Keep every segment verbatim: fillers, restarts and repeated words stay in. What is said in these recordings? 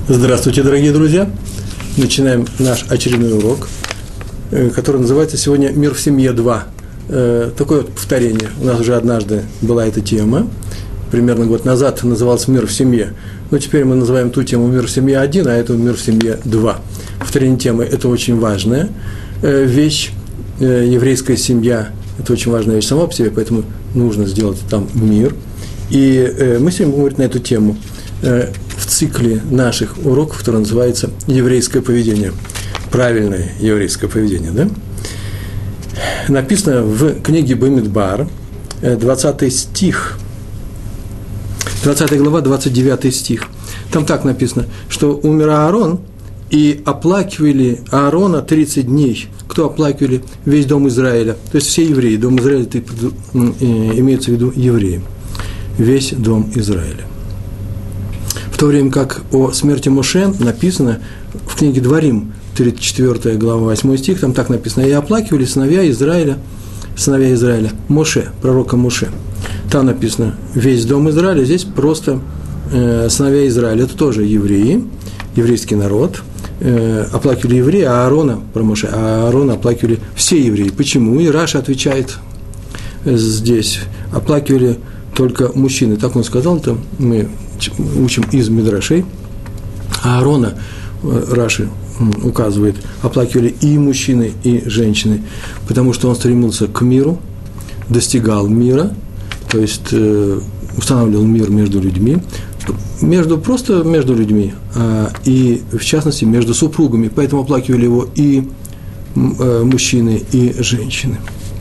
Здравствуйте, дорогие друзья! Начинаем наш очередной урок, который называется сегодня «Мир в семье два». Такое вот повторение. У нас уже однажды была эта тема, примерно год назад назывался «Мир в семье». Но теперь мы называем ту тему «Мир в семье один», а эту «Мир в семье два». Повторение темы – это очень важная вещь. Еврейская семья – это очень важная вещь сама по себе, поэтому нужно сделать там мир. И мы сегодня будем говорить на эту тему в цикле наших уроков, который называется «Еврейское поведение». Правильное еврейское поведение, да? Написано в книге Бамидбар, двадцатый стих, двадцатая глава, двадцать девятый стих. Там так написано, что умер Аарон, и оплакивали Аарона тридцать дней. Кто оплакивали? Весь дом Израиля. То есть все евреи. Дом Израиля, это имеется в виду евреи. Весь дом Израиля. В то время как о смерти Моше написано в книге Дворим, тридцать четвёртая глава, восьмой стих, там так написано: «И оплакивали сыновья Израиля, сыновья Израиля, Моше, пророка Моше». Там написано «весь дом Израиля», здесь просто э, сыновья Израиля, это тоже евреи, еврейский народ, э, оплакивали евреи, а Аарона, про Моше, а Аарона оплакивали все евреи. Почему? И Раша отвечает здесь: оплакивали только мужчины. Так он сказал, это мы учим из Мидрашей. А Аарона, Раши указывает, оплакивали и мужчины, и женщины, потому что он стремился к миру, достигал мира, то есть э, устанавливал мир между людьми, между, просто между людьми, а, и в частности между супругами, поэтому оплакивали его и э, мужчины, и женщины.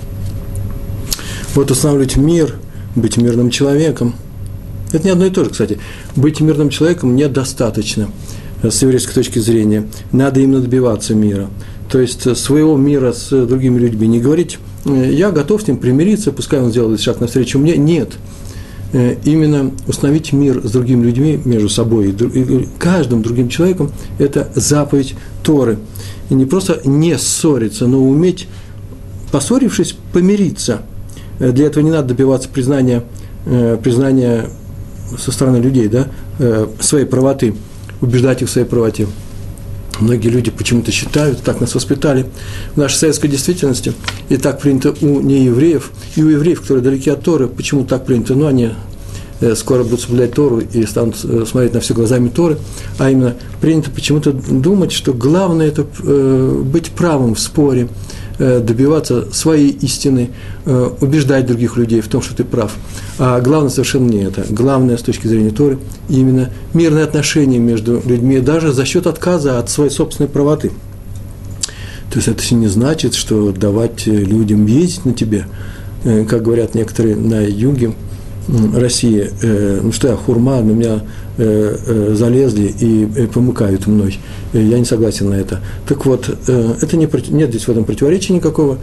Вот устанавливать мир, быть мирным человеком, это не одно и то же, кстати. Быть мирным человеком недостаточно с еврейской точки зрения. Надо именно добиваться мира. То есть своего мира с другими людьми. Не говорить: я готов с ним примириться, пускай он сделает шаг навстречу мне. Нет. Именно установить мир с другими людьми, между собой и каждым другим человеком – это заповедь Торы. И не просто не ссориться, но уметь, поссорившись, помириться. Для этого не надо добиваться признания, признания со стороны людей, да, своей правоты, убеждать их в своей правоте. Многие люди почему-то считают, так нас воспитали в нашей советской действительности, и так принято у неевреев, и у евреев, которые далеки от Торы, почему так принято, ну, они скоро будут соблюдать Тору и станут смотреть на все глазами Торы, а именно принято почему-то думать, что главное – это быть правым в споре, добиваться своей истины, убеждать других людей в том, что ты прав. А главное совершенно не это. Главное с точки зрения Торы именно мирные отношения между людьми, даже за счет отказа от своей собственной правоты. То есть это не значит, что давать людям ездить на тебе, как говорят некоторые на юге России, ну что я, хурма, на меня залезли и помыкают мной. Я не согласен на это. Так вот, это не, нет здесь в этом противоречия никакого,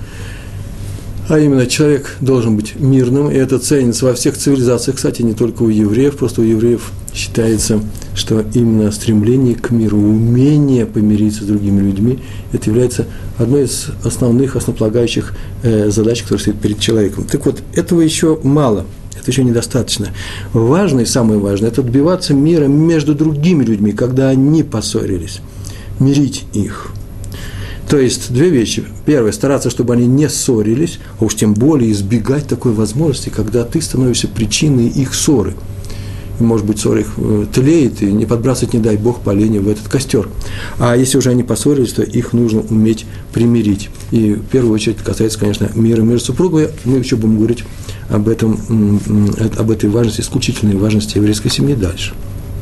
а именно человек должен быть мирным, и это ценится во всех цивилизациях, кстати, не только у евреев, просто у евреев считается, что именно стремление к миру, умение помириться с другими людьми, это является одной из основных, основополагающих задач, которые стоит перед человеком. Так вот, этого еще мало. Это еще недостаточно. Важно и самое важное – это добиваться мира между другими людьми, когда они поссорились, мирить их. То есть, две вещи. Первое – стараться, чтобы они не ссорились, а уж тем более избегать такой возможности, когда ты становишься причиной их ссоры. И, может быть, ссора их тлеет, и не подбрасывать, не дай Бог, поленья в этот костер. А если уже они поссорились, то их нужно уметь примирить. И в первую очередь касается, конечно, мира между супругами. Мы еще будем говорить об этом, об этой важности, исключительной важности еврейской семьи дальше.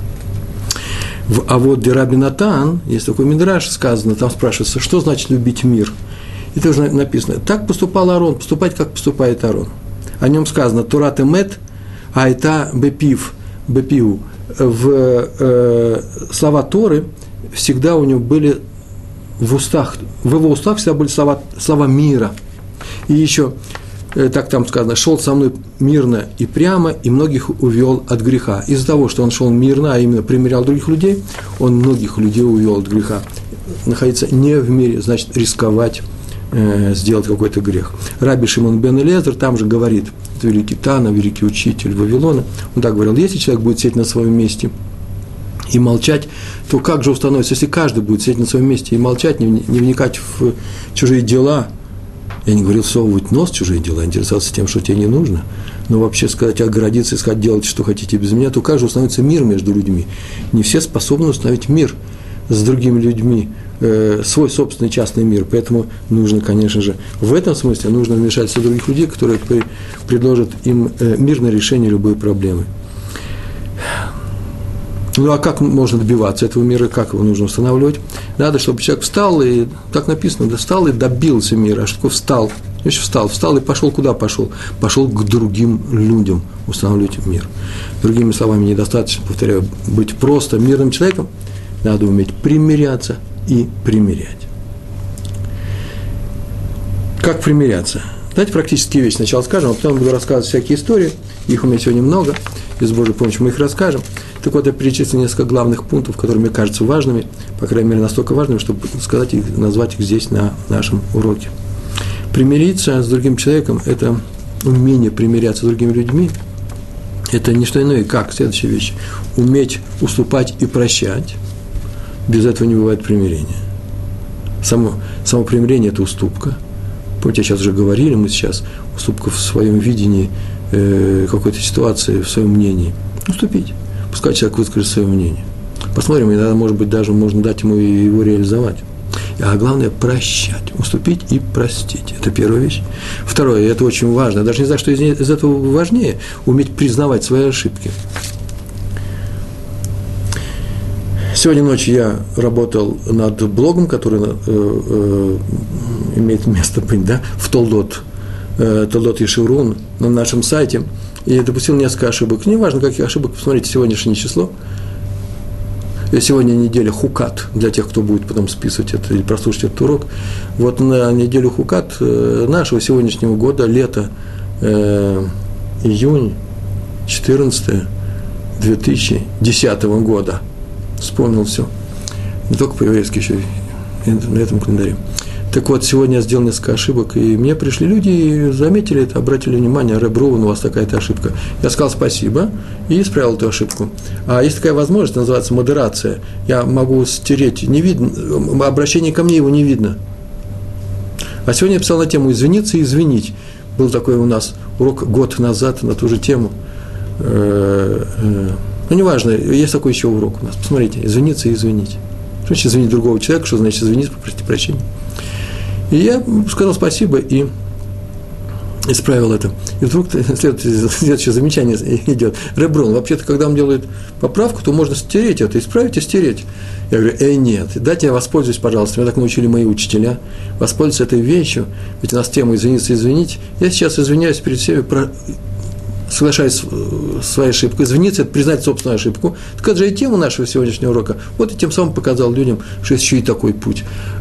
А вот Раби Натан, есть такой мидраш, сказано, там спрашивается, что значит любить мир. И тоже написано: так поступал Аарон, поступать, как поступает Аарон. О нем сказано: Торат эмет, айта бепив, бепиу. В э, слова Торы всегда у него были в устах, в его устах всегда были слова, слова мира. И еще, э, так там сказано: шел со мной мирно и прямо, и многих увел от греха. Из-за того, что он шел мирно, а именно примирял других людей, он многих людей увел от греха. Находиться не в мире, значит рисковать э, сделать какой-то грех. Раби Шимон бен Элиэзер там же говорит, это великий Тана, великий учитель Вавилона, он так говорил: если человек будет сидеть на своем месте и молчать, то как же установится, если каждый будет сидеть на своем месте и молчать, не, не вникать в чужие дела? Я не говорил всовывать нос в чужие дела, интересоваться тем, что тебе не нужно, но вообще сказать, оградиться и сказать, делать, что хотите без меня, то как же установится мир между людьми? Не все способны установить мир с другими людьми, э, свой собственный частный мир, поэтому нужно, конечно же, в этом смысле нужно вмешательство других людей, которые при, предложат им э, мирное решение любой проблемы. Ну, а как можно добиваться этого мира, как его нужно устанавливать? Надо, чтобы человек встал, и, так написано, да, встал и добился мира. А что такое встал? Еще встал, встал и пошел куда пошел? Пошел к другим людям устанавливать мир. Другими словами, недостаточно, повторяю, быть просто мирным человеком, надо уметь примиряться и примирять. Как примиряться? Давайте практические вещи сначала скажем, а потом буду рассказывать всякие истории. Их у меня сегодня много, и с Божьей помощью мы их расскажем. Так вот, я перечислил несколько главных пунктов, которые мне кажутся важными, по крайней мере, настолько важными, чтобы сказать их, назвать их здесь на нашем уроке. Примириться с другим человеком – это умение примиряться с другими людьми. Это не что иное, как следующая вещь – уметь уступать и прощать. Без этого не бывает примирения. Само, само примирение – это уступка. Помните, сейчас уже говорили, мы сейчас уступка в своем видении э, какой-то ситуации, в своем мнении. Уступить. Пускай человек выскажет свое мнение. Посмотрим, иногда, может быть, даже можно дать ему и его реализовать. А главное – прощать, уступить и простить. Это первая вещь. Второе, и это очень важно, я даже не знаю, что из, из этого важнее – уметь признавать свои ошибки. Сегодня ночью я работал над блогом, который э, э, имеет место быть, да, в Толдот, э, Толдот Ешиврун, на нашем сайте, и допустил несколько ошибок. Неважно, каких ошибок, посмотрите сегодняшнее число. Сегодня неделя Хукат, для тех, кто будет потом списывать это или прослушать этот урок. Вот на неделю Хукат нашего сегодняшнего года, лето, э, июнь, четырнадцатое, две тысячи десятого года. Вспомнил все. Не только по-еврейски, еще и на этом календаре. Так вот, сегодня я сделал несколько ошибок, и мне пришли люди и заметили это, обратили внимание, Реб Рувен, у вас такая-то ошибка. Я сказал спасибо и исправил эту ошибку. А есть такая возможность, называется модерация. Я могу стереть, не видно, обращение ко мне его не видно. А сегодня я писал на тему «Извиниться и извинить». Был такой у нас урок год назад на ту же тему. Ну, неважно, есть такой еще урок у нас. Посмотрите, извиниться и извинить. Что значит извинить другого человека, что значит извиниться, попросить прощения. И я сказал спасибо и исправил это. И вдруг следующее замечание идет. Реб Рувен, вообще-то, когда он делает поправку, то можно стереть это, исправить и стереть. Я говорю, эй, нет, дайте я воспользуюсь, пожалуйста. Меня так научили мои учителя. Воспользуюсь этой вещью, ведь у нас тема извиниться и извинить. Я сейчас извиняюсь перед всеми, про... соглашаюсь с своей ошибкой. Извиниться – это признать собственную ошибку. Так это же и тема нашего сегодняшнего урока. Вот и тем самым показал людям, что есть еще и такой путь.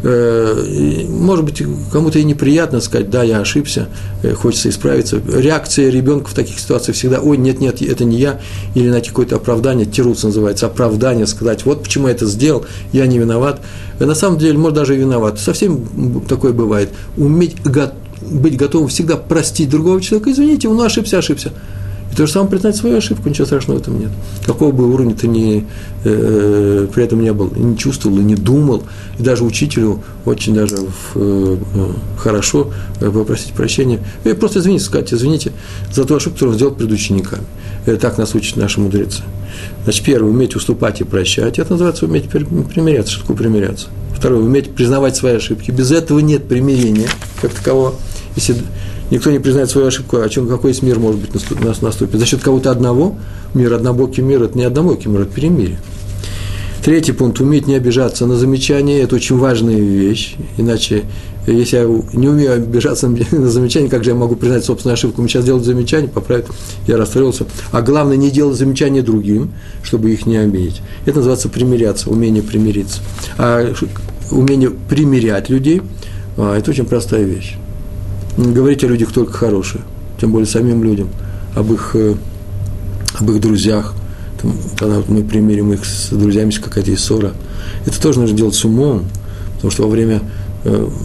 Может быть, кому-то и неприятно сказать, да, я ошибся, хочется исправиться. Реакция ребенка в таких ситуациях всегда, ой, нет, нет, это не я, или найти какое-то оправдание, тирус называется, оправдание, сказать, вот почему я это сделал, я не виноват. На самом деле, может, даже и виноват. Совсем такое бывает. Уметь быть готовым всегда простить другого человека, извините, он ошибся, ошибся. И то же самое признать свою ошибку, ничего страшного в этом нет. Какого бы уровня ты ни, э, при этом не был, не чувствовал, и не думал, и даже учителю очень даже э, хорошо попросить прощения, и просто извиниться, сказать, извините за ту ошибку, которую он сделал перед учениками. Это так нас учат наши мудрецы. Значит, первое, уметь уступать и прощать, это называется уметь примиряться. Что такое примиряться? Второе, уметь признавать свои ошибки. Без этого нет примирения как такового. Если никто не признает свою ошибку, о чем какой мир может быть наступит? За счет кого-то одного, мир, однобокий мир, это не однобокий мир, это перемирие. Третий пункт, уметь не обижаться на замечания, это очень важная вещь, иначе, если я не умею обижаться на замечания, как же я могу признать собственную ошибку? Мне сейчас делают замечания, поправят, я расстроился. А главное, не делать замечания другим, чтобы их не обидеть. Это называется примиряться, умение примириться. А умение примирять людей, это очень простая вещь. Не говорить о людях только хорошие, тем более самим людям, об их, об их друзьях. Там, когда мы примирим их с друзьями, какая-то ссора. Это тоже нужно делать с умом, потому что во время э,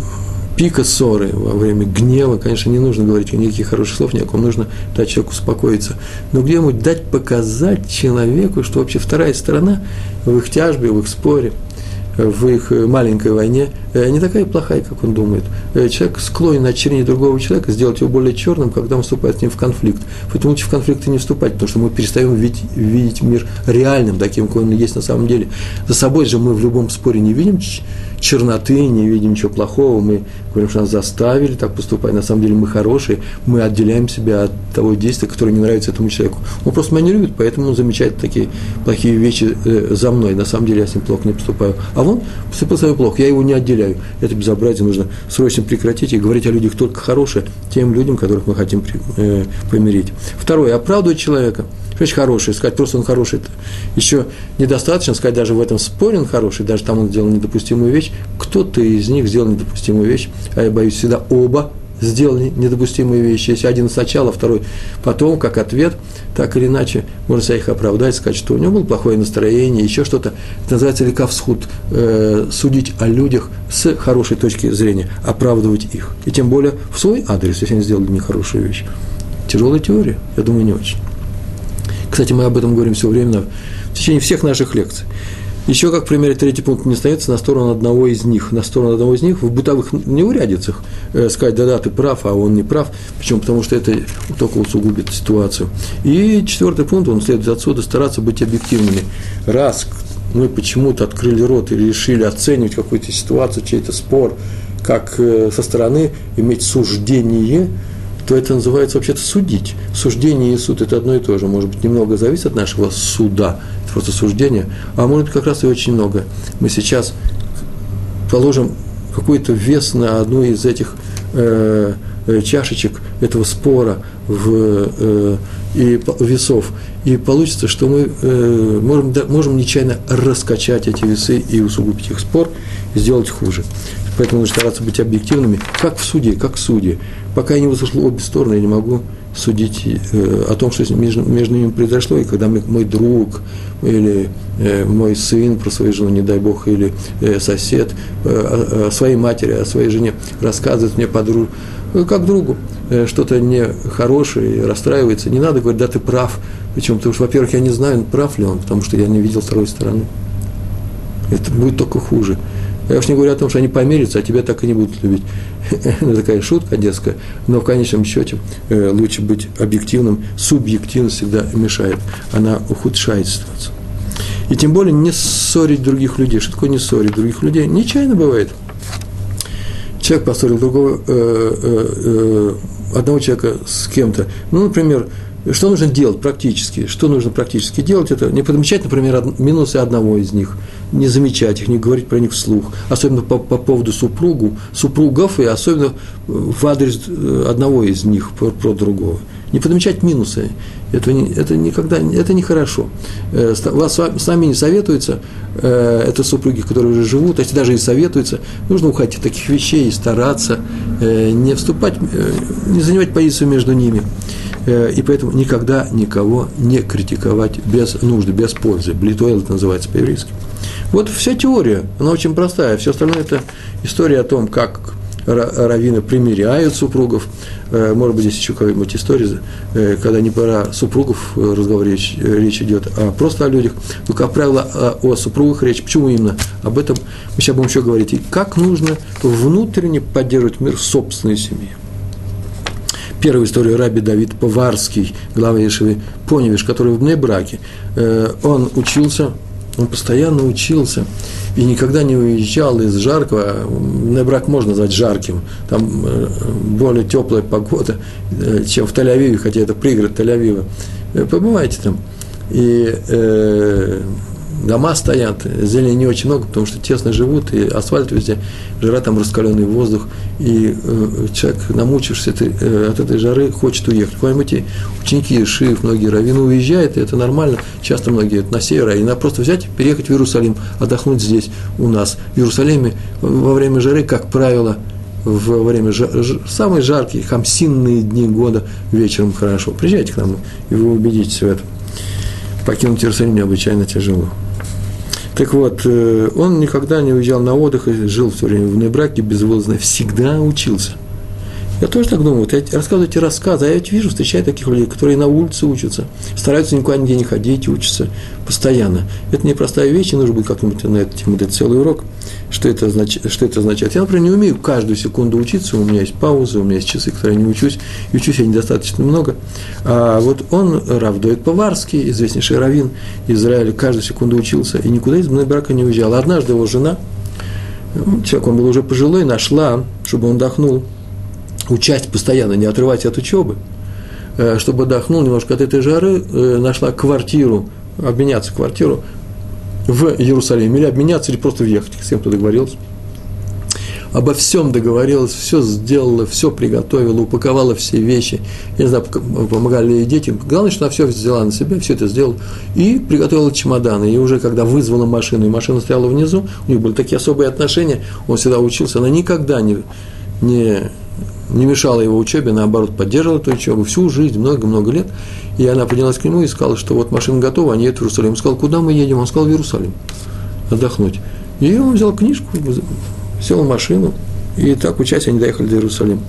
пика ссоры, во время гнева, конечно, не нужно говорить никаких хороших слов, ни о ком, нужно дать человеку успокоиться. Но где-нибудь дать показать человеку, что вообще вторая сторона в их тяжбе, в их споре, в их маленькой войне не такая плохая, как он думает. Человек склонен очернить другого человека, сделать его более черным, когда он вступает с ним в конфликт. Поэтому лучше в конфликты не вступать, потому что мы перестаем видеть, видеть мир реальным, таким, какой он есть на самом деле. За собой же мы в любом споре не видим черноты, не видим ничего плохого, мы говорим, что нас заставили так поступать, на самом деле мы хорошие, мы отделяем себя от того действия, которое не нравится этому человеку. Он просто меня не любит, поэтому он замечает такие плохие вещи за мной, на самом деле я с ним плохо не поступаю. А он поступил со мной плохо, я его не отделяю. Это безобразие нужно срочно прекратить и говорить о людях только хорошее, тем людям, которых мы хотим помирить. Второе, оправдывать человека. Очень хороший, сказать просто он хороший, это еще недостаточно, сказать даже в этом споре он хороший, даже там он сделал недопустимую вещь, кто-то из них сделал недопустимую вещь, а я боюсь, всегда оба сделали недопустимые вещи, если один сначала, второй потом, как ответ, так или иначе, можно себя их оправдать, сказать, что у него было плохое настроение, еще что-то, это называется лекавсхуд, э, судить о людях с хорошей точки зрения, оправдывать их, и тем более в свой адрес, если они сделали нехорошую вещь. Тяжелая теория, я думаю, не очень. Кстати, мы об этом говорим все время в течение всех наших лекций. Еще, как пример, третий пункт не остается на сторону одного из них. На сторону одного из них в бытовых неурядицах э, сказать, да-да, ты прав, а он не прав. Почему? Потому что это только усугубит ситуацию. И четвертый пункт, он следует отсюда, стараться быть объективными. Раз мы почему-то открыли рот и решили оценивать какую-то ситуацию, чей-то спор, как э, со стороны иметь суждение, то это называется вообще-то судить. Суждение и суд – это одно и то же. Может быть, немного зависит от нашего суда, это просто суждение, а может быть, как раз и очень много. Мы сейчас положим какой-то вес на одну из этих э, чашечек этого спора в, э, и весов, и получится, что мы э, можем, да, можем нечаянно раскачать эти весы и усугубить их спор, и сделать хуже. Поэтому нужно стараться быть объективными, как в суде, как судьи. Пока я не выслушал обе стороны, я не могу судить э, о том, что между, между ними произошло, и когда мы, мой друг или э, мой сын про свою жену, не дай бог, или э, сосед э, о, о своей матери, о своей жене рассказывает мне подруг, э, как другу э, что-то нехорошее, расстраивается, не надо говорить, да, ты прав. Причем, потому что, во-первых, я не знаю, прав ли он, потому что я не видел второй стороны. Это будет только хуже. Я уж не говорю о том, что они помирятся, а тебя так и не будут любить. Это такая шутка детская, но в конечном счете лучше быть объективным. Субъективность всегда мешает, она ухудшает ситуацию. И тем более не ссорить других людей. Что такое не ссорить других людей? Нечаянно бывает. Человек поссорил другого, э, э, э, одного человека с кем-то. Ну, например, что нужно делать практически? Что нужно практически делать? Это не подмечать, например, минусы одного из них, не замечать их, не говорить про них вслух, особенно по, по поводу супругу, супругов, и особенно в адрес одного из них про, про другого. Не подмечать минусы, это, не, это никогда, это нехорошо. Вас с нами не советуется, это супруги, которые уже живут, если даже и советуются, нужно уходить от таких вещей и стараться не вступать, не занимать позицию между ними. И поэтому никогда никого не критиковать без нужды, без пользы. Блитуэл это называется по-еврейски. Вот вся теория, она очень простая. Все остальное – это история о том, как раввины примиряют супругов. Может быть, здесь еще какая-нибудь история, когда не про супругов разговор речь, речь идет, а просто о людях. Но, как правило, о супругах речь. Почему именно? Об этом мы сейчас будем еще говорить. И как нужно внутренне поддерживать мир в собственной семье. Первая история Раби Давид Поварский, глава Ешивы Поневиш, который в Бней-Браке. Он учился, он постоянно учился и никогда не уезжал из жаркого. Бней-Брак можно назвать жарким, там более теплая погода, чем в Тель-Авиве, хотя это пригород Тель-Авива. Побывайте там. И э, дома стоят, зелени не очень много, потому что тесно живут, и асфальт везде, жара там, раскаленный воздух, и э, человек, намучившись этой, э, от этой жары, хочет уехать. Куда-нибудь и ученики Ешив, многие раввины уезжают, и это нормально, часто многие на север, и надо просто взять, переехать в Иерусалим, отдохнуть здесь у нас. В Иерусалиме во время жары, как правило, во время жар, самые жаркие, хамсинные дни года вечером хорошо. Приезжайте к нам, и вы убедитесь в этом. Покинуть Иерусалим необычайно тяжело. Так вот, он никогда не уезжал на отдых и жил все время в бней-браке безвылазно, всегда учился. Я тоже так думаю, вот я рассказываю эти рассказы, а я ведь вижу, встречаю таких людей, которые на улице учатся, стараются никуда нигде не ходить, учатся постоянно. Это непростая вещь, и нужно будет как-нибудь на эту тему дать целый урок, что это, означает, что это означает. Я, например, не умею каждую секунду учиться, у меня есть паузы, у меня есть часы, которые я не учусь, и учусь я недостаточно много. А вот он, Рав Доид Поварский, известнейший раввин Израиля, каждую секунду учился и никуда из бней-брака не уезжал. Однажды его жена, человек, он был уже пожилой, нашла, чтобы он отдохнул, участь постоянно, не отрывать от учебы, чтобы отдохнул немножко от этой жары, нашла квартиру, обменяться квартиру в Иерусалиме, или обменяться, или просто въехать, с кем-то договорилась. Обо всем договорилась, все сделала, все приготовила, упаковала все вещи. Я не знаю, помогали ей дети. Главное, что она все взяла на себя, все это сделала. И приготовила чемоданы. И уже когда вызвала машину, и машина стояла внизу, у них были такие особые отношения, он всегда учился, она никогда не, не, не мешала его учебе, наоборот, поддерживала эту учебу всю жизнь, много-много лет. И она поднялась к нему и сказала, что вот машина готова, они едут в Иерусалим. Он сказал, куда мы едем? Он сказал, в Иерусалим, отдохнуть. И он взял книжку, сел в машину, и так, учась, они доехали до Иерусалима.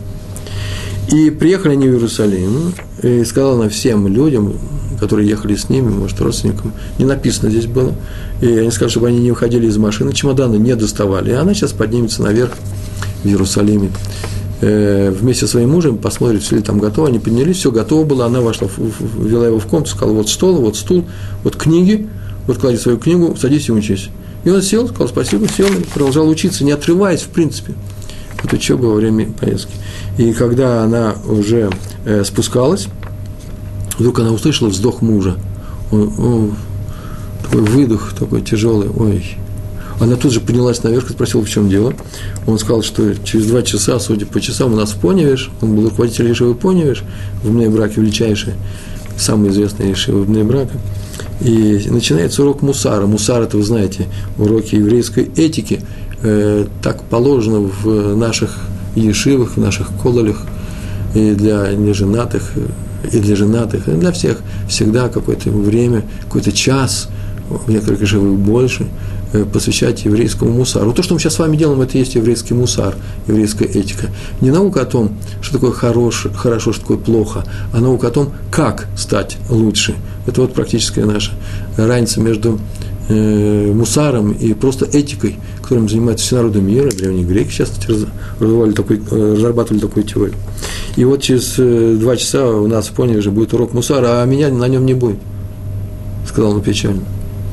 И приехали они в Иерусалим, и сказала она всем людям, которые ехали с ними, может, родственникам, не написано здесь было, и они сказали, чтобы они не выходили из машины, чемоданы не доставали, и она сейчас поднимется наверх в Иерусалиме. Вместе со своим мужем посмотрит, все ли там готово, они поднялись, все готово было, она вошла, ввела его в комнату, сказала, вот стол, вот стул, вот книги, вот клади свою книгу, садись и учись. И он сел, сказал спасибо, сел и продолжал учиться, не отрываясь, в принципе, от учебы во время поездки. И когда она уже э, спускалась, вдруг она услышала вздох мужа. Он, он, такой выдох, такой тяжелый, ой. Она тут же поднялась наверх и спросила, в чем дело. Он сказал, что через два часа, судя по часам, у нас в Поневеш, он был руководитель Ешивы Поневеш, в бней-браке величайший, самый известный Ешива в бней-браке. И начинается урок мусара. Мусар – это, вы знаете, уроки еврейской этики. Э, так положено в наших ешивах, в наших кололях, и для неженатых, и для женатых, и для всех. Всегда какое-то время, какой-то час, в некоторых ешивах больше, э, посвящать еврейскому мусару. То, что мы сейчас с вами делаем, это и есть еврейский мусар, еврейская этика. Не наука о том, что такое хорош, хорошо, что такое плохо, а наука о том, как стать лучше. Это вот практическая наша разница между э, мусаром и просто этикой, которым занимаются все народы мира. Древние греки сейчас, кстати, разрабатывали, такой, разрабатывали такую теорию. И вот через э, два часа у нас в Поневеше будет урок мусара, а меня на нем не будет, сказал он печально.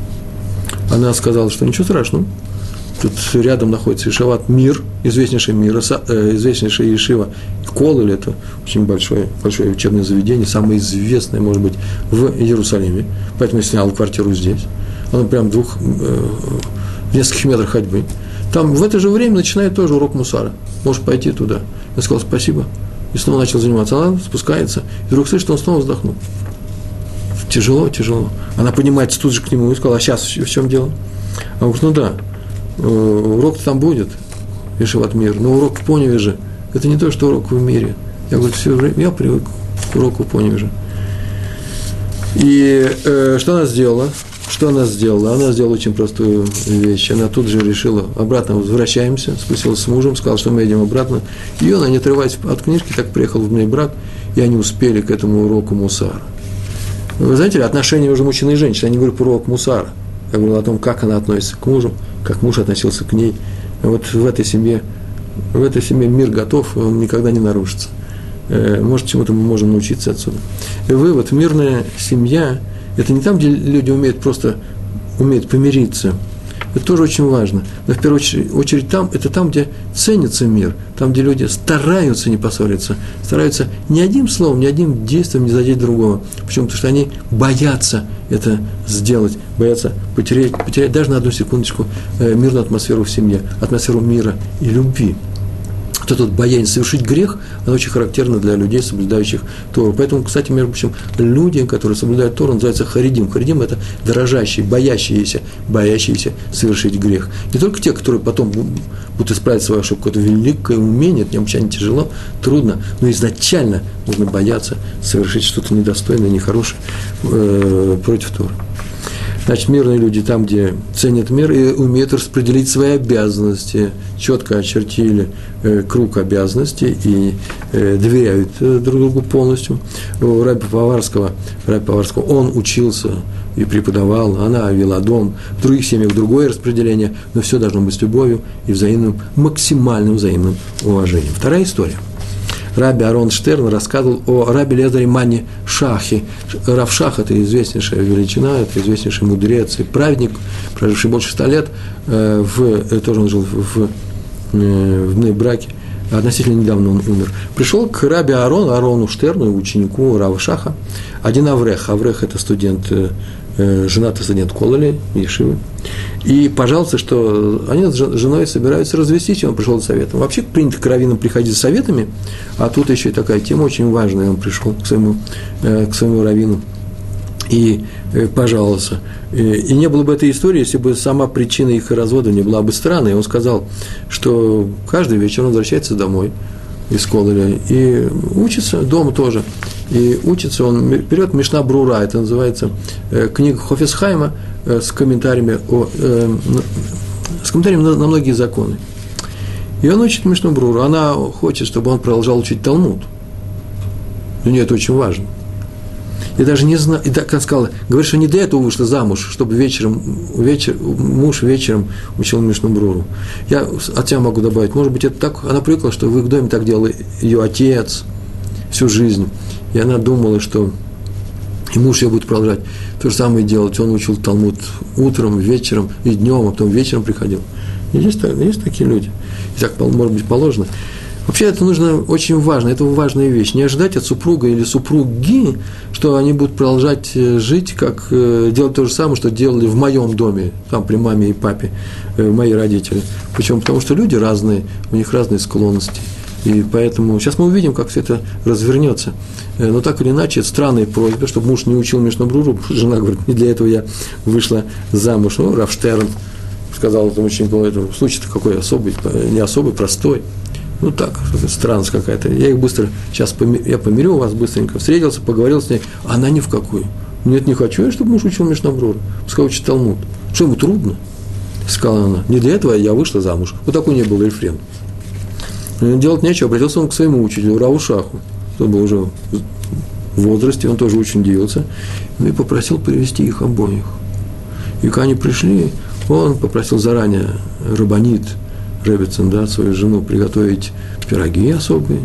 Она сказала, что ничего страшного. Тут рядом находится Ешиват Мир, известнейший мир, известнейший Ешива Кол, или это очень большое, большое учебное заведение, самое известное, может быть, в Иерусалиме. Поэтому я снял квартиру здесь. Оно прям в двух, в нескольких метрах ходьбы. Там в это же время начинает тоже урок мусара. Можешь пойти туда. Я сказал спасибо. И снова начал заниматься. Она спускается. И вдруг слышит, что он снова вздохнул. Тяжело, тяжело. Она поднимается тут же к нему и сказала, а сейчас в чем дело? А он говорит, ну да. Урок-то там будет, Ешиват Мир, но урок в Поневеже – это не то, что урок в мире. Я говорю, все время я привык к уроку в Поневеже. И э, что она сделала? Что она сделала? Она сделала очень простую вещь. Она тут же решила, обратно возвращаемся, спустилась с мужем, сказала, что мы едем обратно. И она, не отрываясь от книжки, так приехала в бней-брак, и они успели к этому уроку мусара. Вы знаете, отношения между мужчиной и женщиной, я не говорю про урок мусара. Я говорил о том, как она относится к мужу, как муж относился к ней. Вот в этой семье, в этой семье мир готов, он никогда не нарушится. Может, чему-то мы можем научиться отсюда. И вывод, мирная семья – это не там, где люди умеют просто умеют помириться. Это тоже очень важно. Но в первую очередь, очередь там, это там, где ценится мир, там, где люди стараются не поссориться, стараются ни одним словом, ни одним действием не задеть другого. Почему? Потому что они боятся это сделать, боятся потерять, потерять даже на одну секундочку мирную атмосферу в семье, атмосферу мира и любви. Вот этот боязнь совершить грех, она очень характерна для людей, соблюдающих Тору. Поэтому, кстати, между прочим, люди, которые соблюдают Тору, называются харидим. Харидим – это дорожащие, боящиеся, боящиеся совершить грех. Не только те, которые потом будут исправить свою ошибку, это великое умение, это необычайно тяжело, трудно, но изначально нужно бояться совершить что-то недостойное, нехорошее э, против Торы. Значит, мирные люди там, где ценят мир и умеют распределить свои обязанности, четко очертили э, круг обязанностей и э, доверяют э, друг другу полностью. У Раби Поварского, Раби Поварского, он учился и преподавал, она вела дом, в других семьях другое распределение, но все должно быть с любовью и взаимным, максимальным взаимным уважением. Вторая история. Раби Арон Штерн рассказывал о Раби Лезаре Мани Шахи. Рав Шах – это известнейшая величина, это известнейший мудрец и праведник, проживший больше ста лет, в, тоже он жил в, в Бней-Браке, относительно недавно он умер. Пришел к Раби Арону, Арону Штерну, ученику Рава Шаха, один Аврех. Аврех – это студент, женатый студент Кололи, Ешивы, и пожаловался, что они с женой собираются развестись, и он пришел за советом. Вообще принято к раввинам приходить за советами, а тут еще и такая тема очень важная, он пришел к своему, к своему раввину и пожаловался. И не было бы этой истории, если бы сама причина их развода не была бы странной. Он сказал, что каждый вечер он возвращается домой из Кололя и учится дома тоже. И учится он, берет Мишна Брура, это называется э, книга Хофец Хайма э, с комментариями, о, э, с комментариями на, на многие законы. И он учит Мишну Бруру, она хочет, чтобы он продолжал учить Талмуд. Для нее это очень важно. И даже не знаю, и так, как сказала, говорит, что не для этого вышла замуж, чтобы вечером, вечер, муж вечером учил Мишну Бруру. Я от себя могу добавить, может быть, это так, она привыкла, что в их доме так делал ее отец всю жизнь. И она думала, что и муж ее будет продолжать то же самое делать. Он учил Талмуд утром, вечером и днем, а потом вечером приходил. И есть, есть такие люди. И так, может быть, положено. Вообще, это нужно очень важно, это важная вещь. Не ожидать от супруга или супруги, что они будут продолжать жить, как делать то же самое, что делали в моем доме, там при маме и папе, мои родители. Почему? Потому что люди разные, у них разные склонности. И поэтому сейчас мы увидим, как все это развернется. Но так или иначе, это странная просьба, чтобы муж не учил Мишну Бруру. Жена говорит, не для этого я вышла замуж. Ну, Рав Штерн сказал этому ученику, это случай-то какой особый, не особый, простой. Ну так, странность какая-то. Я их быстро, сейчас я помирю вас быстренько, встретился, поговорил с ней, она ни в какую. Нет, не хочу я, чтобы муж учил Мишну Бруру. Пускай учит Талмуд. Что ему трудно? Сказала она. Не для этого я вышла замуж. Вот такой не был рефрен. Делать нечего, обратился он к своему учителю, Раву Шаху, тот был уже в возрасте, он тоже очень удивился, и попросил привести их обоих. И когда они пришли, он попросил заранее рабанит, Ребецин, да, свою жену, приготовить пироги особые,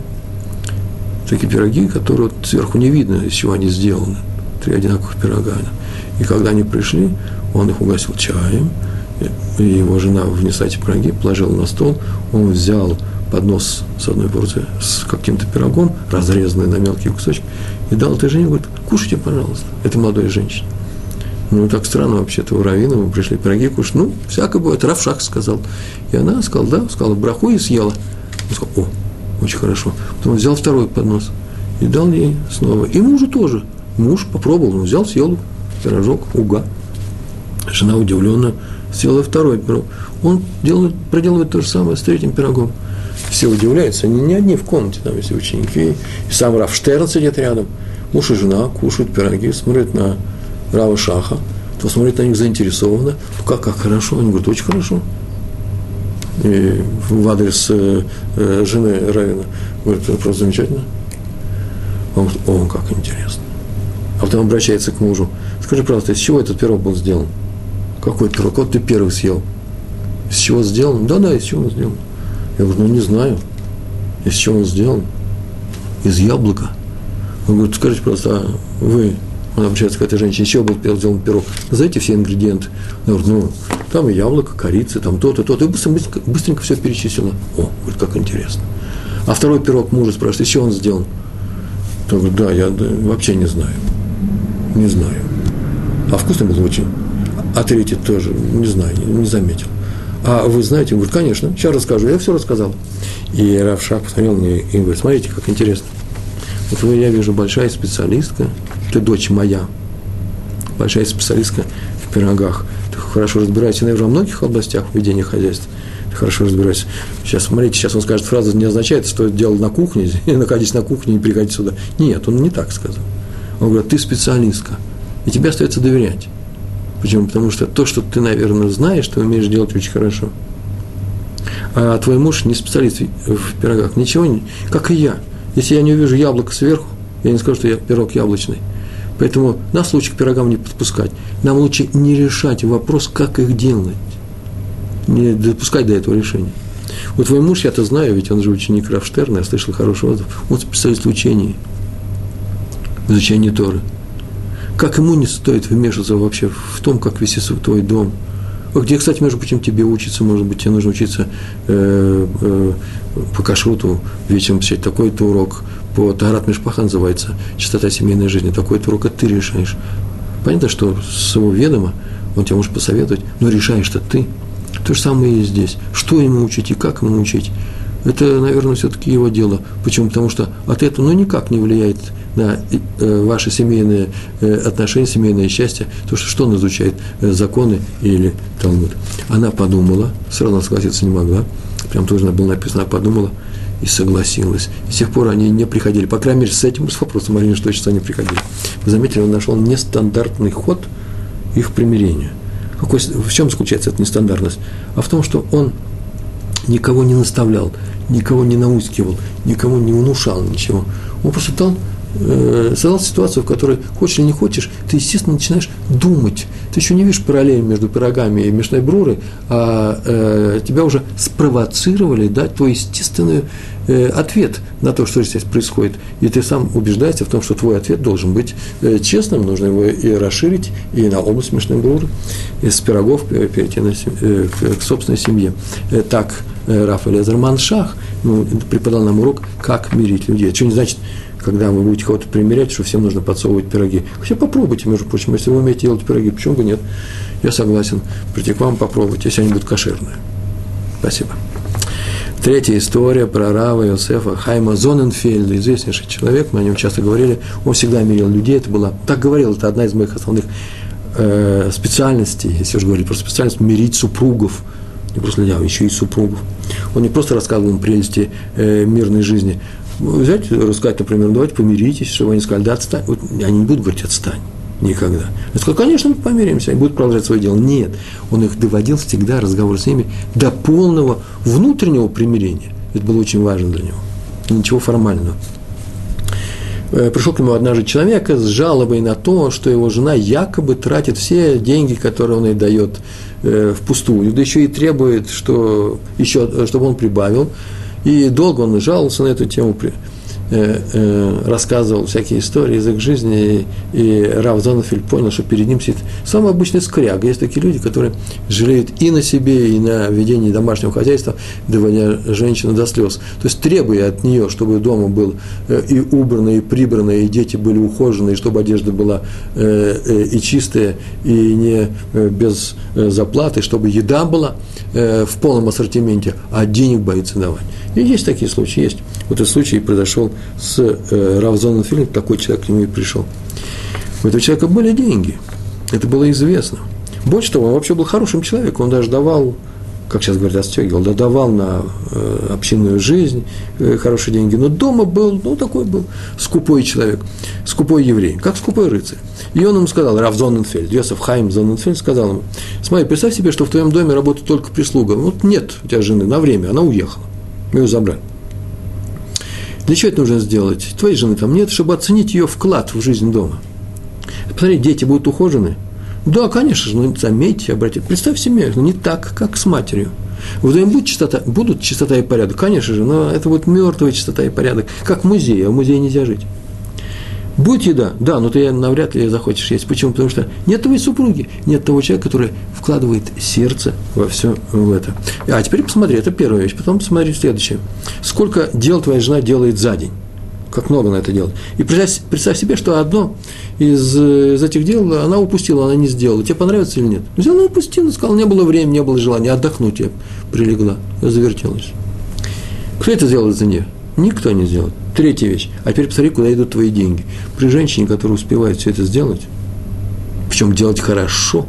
такие пироги, которые вот сверху не видно, из чего они сделаны, три одинаковых пирога. И когда они пришли, он их угостил чаем, и его жена внесла эти пироги, положила на стол, он взял поднос с одной порцией, с каким-то пирогом, разрезанный на мелкие кусочки, и дал этой жене, говорит, кушайте, пожалуйста, это молодой женщине. Ну, так странно вообще-то, у раввина мы пришли пироги кушать, ну, всякое бывает, Рав Шах сказал. И она сказала, да, сказала браху и съела. Он сказал, о, очень хорошо. Потом взял второй поднос и дал ей снова. И мужу тоже. Муж попробовал, он взял, съел пирожок, уга. Жена удивленно съела второй пирог. Он делает, проделывает то же самое с третьим пирогом. Все удивляются, они не одни в комнате, там есть ученики, и сам Рав Штерн сидит рядом, муж и жена кушают пироги, смотрят на Рава Шаха, то смотрят на них заинтересованно, как, как хорошо, они говорят, очень хорошо. И в адрес э, э, жены Равина говорит, это просто замечательно. Он говорит, о, как интересно. А потом обращается к мужу, скажи, пожалуйста, из чего этот пирог был сделан? Какой пирог? Вот ты первый съел. Из чего сделан? Да, да, из чего он сделан. Я говорю, ну не знаю, из чего он сделан. Из яблока. Он говорит, скажите просто, а вы, он обращается к этой женщине, из чего был сделан пирог? Назовите все ингредиенты. Я говорю, ну, там и яблоко, корица, там то-то, то-то. И быстренько, быстренько, быстренько все перечислила. О, говорит, как интересно. А второй пирог мужа спрашивает, из чего он сделан? Он говорит, да, я да, вообще не знаю. Не знаю. А вкусный был очень. А третий тоже, не знаю, не, не заметил. А вы знаете, он говорит, конечно, сейчас расскажу, я все рассказал. И Рав Шах посмотрел мне и говорит, смотрите, как интересно. Вот вы, я вижу, большая специалистка, ты дочь моя, большая специалистка в пирогах. Ты хорошо разбираешься, наверное, во многих областях ведения хозяйства. Ты хорошо разбираешься. Сейчас, смотрите, сейчас он скажет, фраза не означает, что это делал на кухне, находитесь на кухне и приходите сюда. Нет, он не так сказал. Он говорит, ты специалистка, и тебе остается доверять. Почему? Потому что то, что ты, наверное, знаешь, ты умеешь делать очень хорошо. А твой муж не специалист в пирогах, ничего не, как и я. Если я не увижу яблоко сверху, я не скажу, что я пирог яблочный. Поэтому нас лучше к пирогам не подпускать. Нам лучше не решать вопрос, как их делать. Не допускать до этого решения. Вот твой муж, я-то знаю, ведь он же ученик Рав Штерна, я слышал хороший отзыв. Он специалист в учении, в изучении Торы. Как ему не стоит вмешиваться вообще в том, как вести твой дом. Где, кстати, между прочим, тебе учиться, может быть, тебе нужно учиться э, э, по кашруту, вечером посещать такой-то урок, по Тагарат Мишпаха называется, чистота семейной жизни, такой-то урок, это ты решаешь. Понятно, что с своего ведома он тебе может посоветовать, но решаешь-то ты. То же самое и здесь. Что ему учить и как ему учить, это, наверное, все-таки его дело. Почему? Потому что от этого ну, никак не влияет на э, ваши семейные э, отношения, семейное счастье, то, что, что он изучает, э, законы или Талмуд. Она подумала, сразу согласиться не могла, прям тоже было написано, она подумала и согласилась. И с тех пор они не приходили, по крайней мере, с этим с вопросом Марина, что точно они приходили. Вы заметили, он нашел нестандартный ход их примирения. Какой, в чем заключается эта нестандартность? А в том, что он никого не наставлял, никого не наускивал, никого не внушал ничего. Он просто дал, э, создал ситуацию, в которой, хочешь или не хочешь, ты, естественно, начинаешь думать. Ты еще не видишь параллель между пирогами и мишной брурой, а э, тебя уже спровоцировали дать твой естественный э, ответ на то, что здесь происходит. И ты сам убеждаешься в том, что твой ответ должен быть э, честным, нужно его и расширить, и на область мишной бруры, и с пирогов перейти на, э, к, к собственной семье. Э, так э, Рав Элиэзер Маншах ну, преподал нам урок, как мирить людей. Это что не значит, когда вы будете кого-то примерять, что всем нужно подсовывать пироги. Хотя попробуйте, между прочим, если вы умеете делать пироги, почему бы нет? Я согласен, прийти к вам попробовать, если они будут кошерные. Спасибо. Третья история про Рава Йосефа Хайма Зоненфельда, известнейший человек, мы о нем часто говорили, он всегда мирил людей, это была, так говорил, это одна из моих основных э, специальностей, если уже говорили про специальность, мирить супругов, не просто людей, а еще и супругов. Он не просто рассказывал им прелести э, мирной жизни, взять, рассказать, например, давайте помиритесь, чтобы они сказали, да, отстань. Вот, они не будут говорить, отстань, никогда. Я сказал, конечно, мы помиримся, они будут продолжать свое дело. Нет, он их доводил всегда, разговор с ними, до полного внутреннего примирения. Это было очень важно для него. Ничего формального. Пришел к нему однажды человек с жалобой на то, что его жена якобы тратит все деньги, которые он ей дает, впустую, да еще и требует, что, еще, чтобы он прибавил. И долго он жаловался на эту тему, э, э, рассказывал всякие истории из их жизни, и, и Рав Зоненфельд понял, что перед ним сидит самый обычный скряга. Есть такие люди, которые жалеют и на себе, и на ведении домашнего хозяйства, доводя женщину до слез. То есть требуя от нее, чтобы дома был э, и убрано, и прибрано, и дети были ухожены, и чтобы одежда была э, э, и чистая, и не э, без э, заплаты, чтобы еда была э, в полном ассортименте, а денег боится давать. И есть такие случаи, есть. Вот этот случай произошел с э, Рав Зоненфельдом, такой человек к нему и пришел. У этого человека были деньги, это было известно. Больше того, он вообще был хорошим человеком, он даже давал, как сейчас говорят, отстегивал, да, давал на э, общинную жизнь э, хорошие деньги, но дома был, ну, такой был скупой человек, скупой еврей, как скупой рыцарь. И он ему сказал, Рав Зоненфельд, Йосеф Хайм Зоненфельд сказал ему, смотри, представь себе, что в твоем доме работает только прислуга, вот нет у тебя жены на время, она уехала. Мы ее забрали. Для чего это нужно сделать? Твоей жены там нет, чтобы оценить ее вклад в жизнь дома. Посмотри, дети будут ухожены. Да, конечно же, но заметьте, обратите. Представь себе, но не так, как с матерью. В доме будет чистота, будут чистота и порядок, конечно же, но это будет мертвая чистота и порядок, как в музее, а в музее нельзя жить. Будет еда? Да, но ты навряд ли захочешь есть. Почему? Потому что нет твоей супруги, нет того человека, который вкладывает сердце во все в это. А теперь посмотри, это первая вещь. Потом посмотри следующее. Сколько дел твоя жена делает за день? Как много она это делает. И представь, представь себе, что одно из, из этих дел она упустила, она не сделала. Тебе понравится или нет? Взяла, она упустила, сказала, не было времени, не было желания, отдохнуть я прилегла, завертелась. Кто это сделает за нее? Никто не сделает. Третья вещь. А теперь посмотри, куда идут твои деньги. При женщине, которая успевает все это сделать, причем делать хорошо,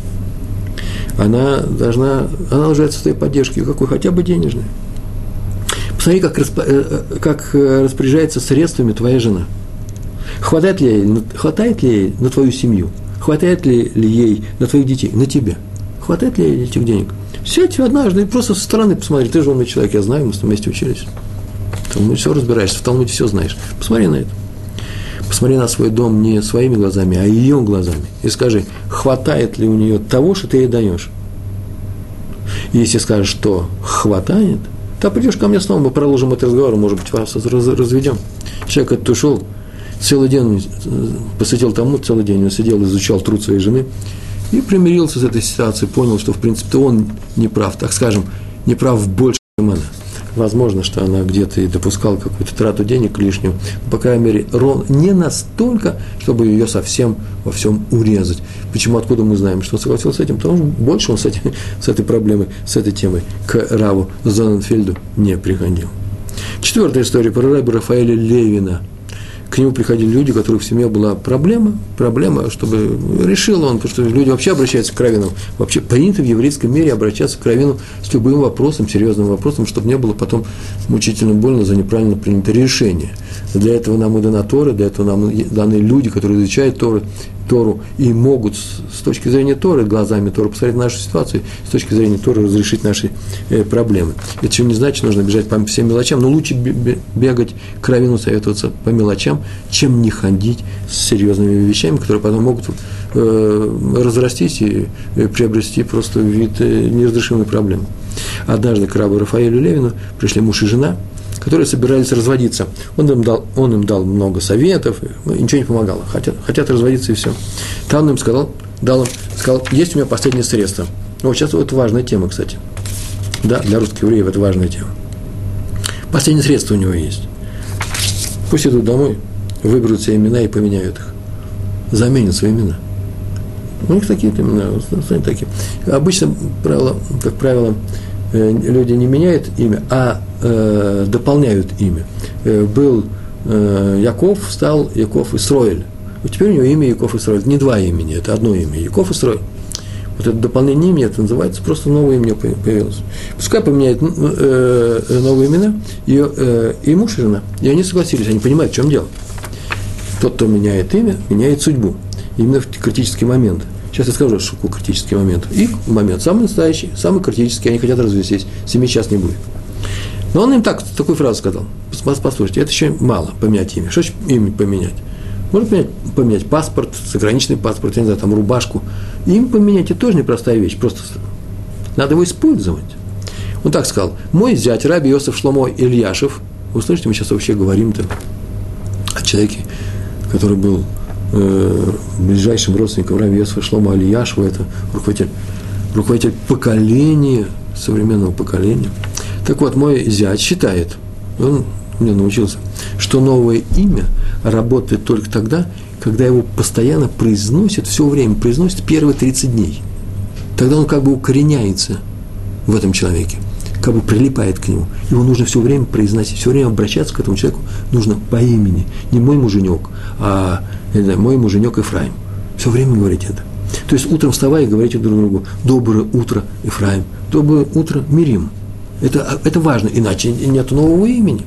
она должна, она нуждается в твоей поддержке, какой, хотя бы денежной. Посмотри, как, как распоряжается средствами твоя жена. Хватает ли ей, хватает ли ей на твою семью? хватает ли, ли ей на твоих детей, на тебя, хватает ли ей этих денег? Сядь однажды и просто со стороны посмотри, ты же умный человек, я знаю, мы с тобой вместе учились. В Талмуде все разбираешься, в Талмуде все знаешь. Посмотри на это. Посмотри на свой дом не своими глазами, а ее глазами. И скажи, хватает ли у нее того, что ты ей даешь. И если скажешь, что хватает, то придешь ко мне снова, мы продолжим этот разговор, может быть, вас разведем. Человек этот ушел, целый день посвятил тому, целый день он сидел, изучал труд своей жены и примирился с этой ситуацией, понял, что, в принципе, он не прав, так скажем, не прав больше, чем она. Возможно, что она где-то и допускала какую-то трату денег лишнюю, по крайней мере, ровно не настолько, чтобы ее совсем во всем урезать. Почему, откуда мы знаем, что он согласился с этим? Потому что больше он с, этим, с этой проблемой, с этой темой к Раву Зоненфельду не приходил. Четвертая история про раби Рафаэля Левина. К нему приходили люди, у которых в семье была проблема, проблема, чтобы решил он, потому что люди вообще обращаются к раввину, вообще принято в еврейском мире обращаться к раввину с любым вопросом, серьезным вопросом, чтобы не было потом мучительно больно за неправильно принятое решение. Для этого нам и дана Тора, для этого нам даны люди, которые изучают Тору, Тору и могут с точки зрения Торы, глазами Торы посмотреть нашу ситуацию, с точки зрения Торы разрешить наши э, проблемы. Это еще не значит, что нужно бежать по всем мелочам, но лучше бегать к раввину, советоваться по мелочам, чем не ходить с серьезными вещами, которые потом могут э, разрастись и э, приобрести просто вид э, неразрешимой проблемы. Однажды к рабу Рафаэлю Левину пришли муж и жена, которые собирались разводиться. Он им дал, он им дал много советов, ничего не помогало. Хотят, хотят разводиться и все. Там он им сказал, дал им, сказал, есть у меня последнее средство. Вот сейчас вот важная тема, кстати. Да, для русских евреев это важная тема. Последнее средство у него есть. Пусть идут домой, выберут себе имена и поменяют их. Заменят свои имена. У них такие-то имена, такие. Обычно, правило, как правило, люди не меняют имя, а э, дополняют имя. Э, был э, Яков, стал Яков Исроэль. Вот теперь у него имя Яков Исроэль. Это не два имени, это одно имя. Яков Исроэль. Вот это дополнение имени, это называется, просто новое имя появилось. Пускай поменяют э, новые имена, и, э, и муж, и жена. И они согласились, они понимают, в чем дело. Тот, кто меняет имя, меняет судьбу. Именно в критический момент. Сейчас я скажу, что такой критический момент. Их момент самый настоящий, самый критический, они хотят развестись, семьи сейчас не будет. Но он им так, такую фразу сказал. Послушайте, это еще мало, поменять имя. Что имя поменять? Можно поменять, поменять паспорт, заграничный паспорт, я не знаю, там рубашку. Имя поменять – это тоже непростая вещь, просто надо его использовать. Он так сказал, мой зять, раби Йосеф Шломо Ильяшев, вы слышите, мы сейчас вообще говорим-то о человеке, который был ближайшим родственником раби Йосефа Шломо Ильяшева, это руководитель, руководитель поколения, современного поколения. Так вот, мой зять считает, он мне научился, что новое имя работает только тогда, когда его постоянно произносят, все время произносят первые тридцать дней. Тогда он как бы укореняется в этом человеке, как бы прилипает к нему. Его нужно все время произносить, все время обращаться к этому человеку нужно по имени. Не мой муженек, а я не знаю, мой муженек Ефраим. Все время говорить это. То есть утром вставая и говорите друг другу: доброе утро, Ефраим, доброе утро, Мирим. Это, это важно, иначе нет нового имени.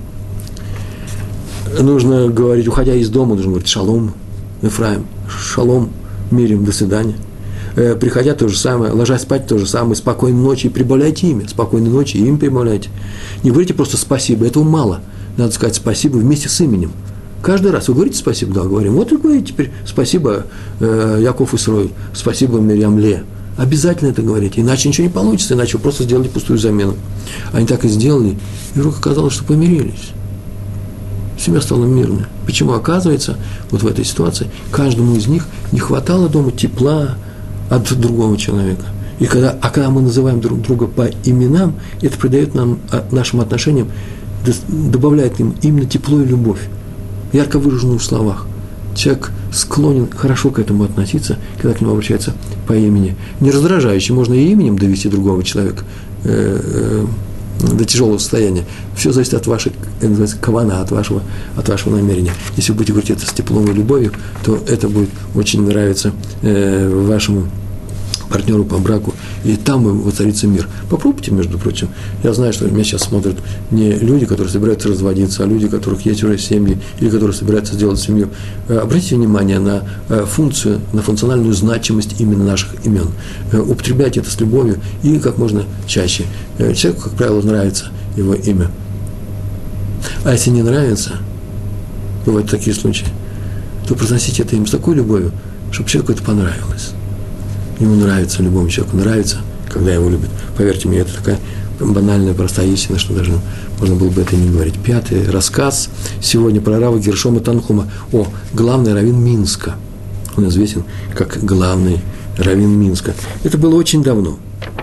Нужно говорить, уходя из дома, нужно говорить: шалом, Ефраим, шалом, Мирим, до свидания. Э, приходя то же самое, ложась спать то же самое, спокойной ночи, и прибавляйте имя, спокойной ночи, имя прибавляйте. Не говорите просто спасибо, этого мало. Надо сказать спасибо вместе с именем. Каждый раз вы говорите спасибо, да, говорим. Вот и говорите теперь спасибо э, Яков Исроэль, спасибо Мирьям Ле. Обязательно это говорите, иначе ничего не получится, иначе вы просто сделали пустую замену. Они так и сделали, и вдруг оказалось, что помирились. Семья стала мирной. Почему? Оказывается, вот в этой ситуации каждому из них не хватало дома тепла от другого человека. И когда, а когда мы называем друг друга по именам, это придает нам, нашим отношениям, добавляет им именно тепло и любовь, ярко выраженную в словах. Человек склонен хорошо к этому относиться, когда к нему обращается по имени. Не раздражающе, можно и именем довести другого человека э, э, до тяжелого состояния. Все зависит от вашей, это называется, кавана, от вашего, от вашего намерения. Если вы будете говорить это с теплом и любовью, то это будет очень нравиться э, вашему партнеру по браку, и там воцарится мир. Попробуйте, между прочим. Я знаю, что меня сейчас смотрят не люди, которые собираются разводиться, а люди, у которых есть уже семьи, или которые собираются сделать семью. Обратите внимание на функцию, на функциональную значимость именно наших имен. Употребляйте это с любовью и как можно чаще. Человеку, как правило, нравится его имя. А если не нравится, бывают такие случаи, то произносите это им с такой любовью, чтобы человеку это понравилось. Ему нравится, любому человеку нравится, когда его любят. Поверьте мне, это такая банальная, простая истина, что даже можно было бы это не говорить. Пятый рассказ сегодня про Рава Гершома Танхума. О, главный раввин Минска. Он известен как главный раввин Минска. Это было очень давно.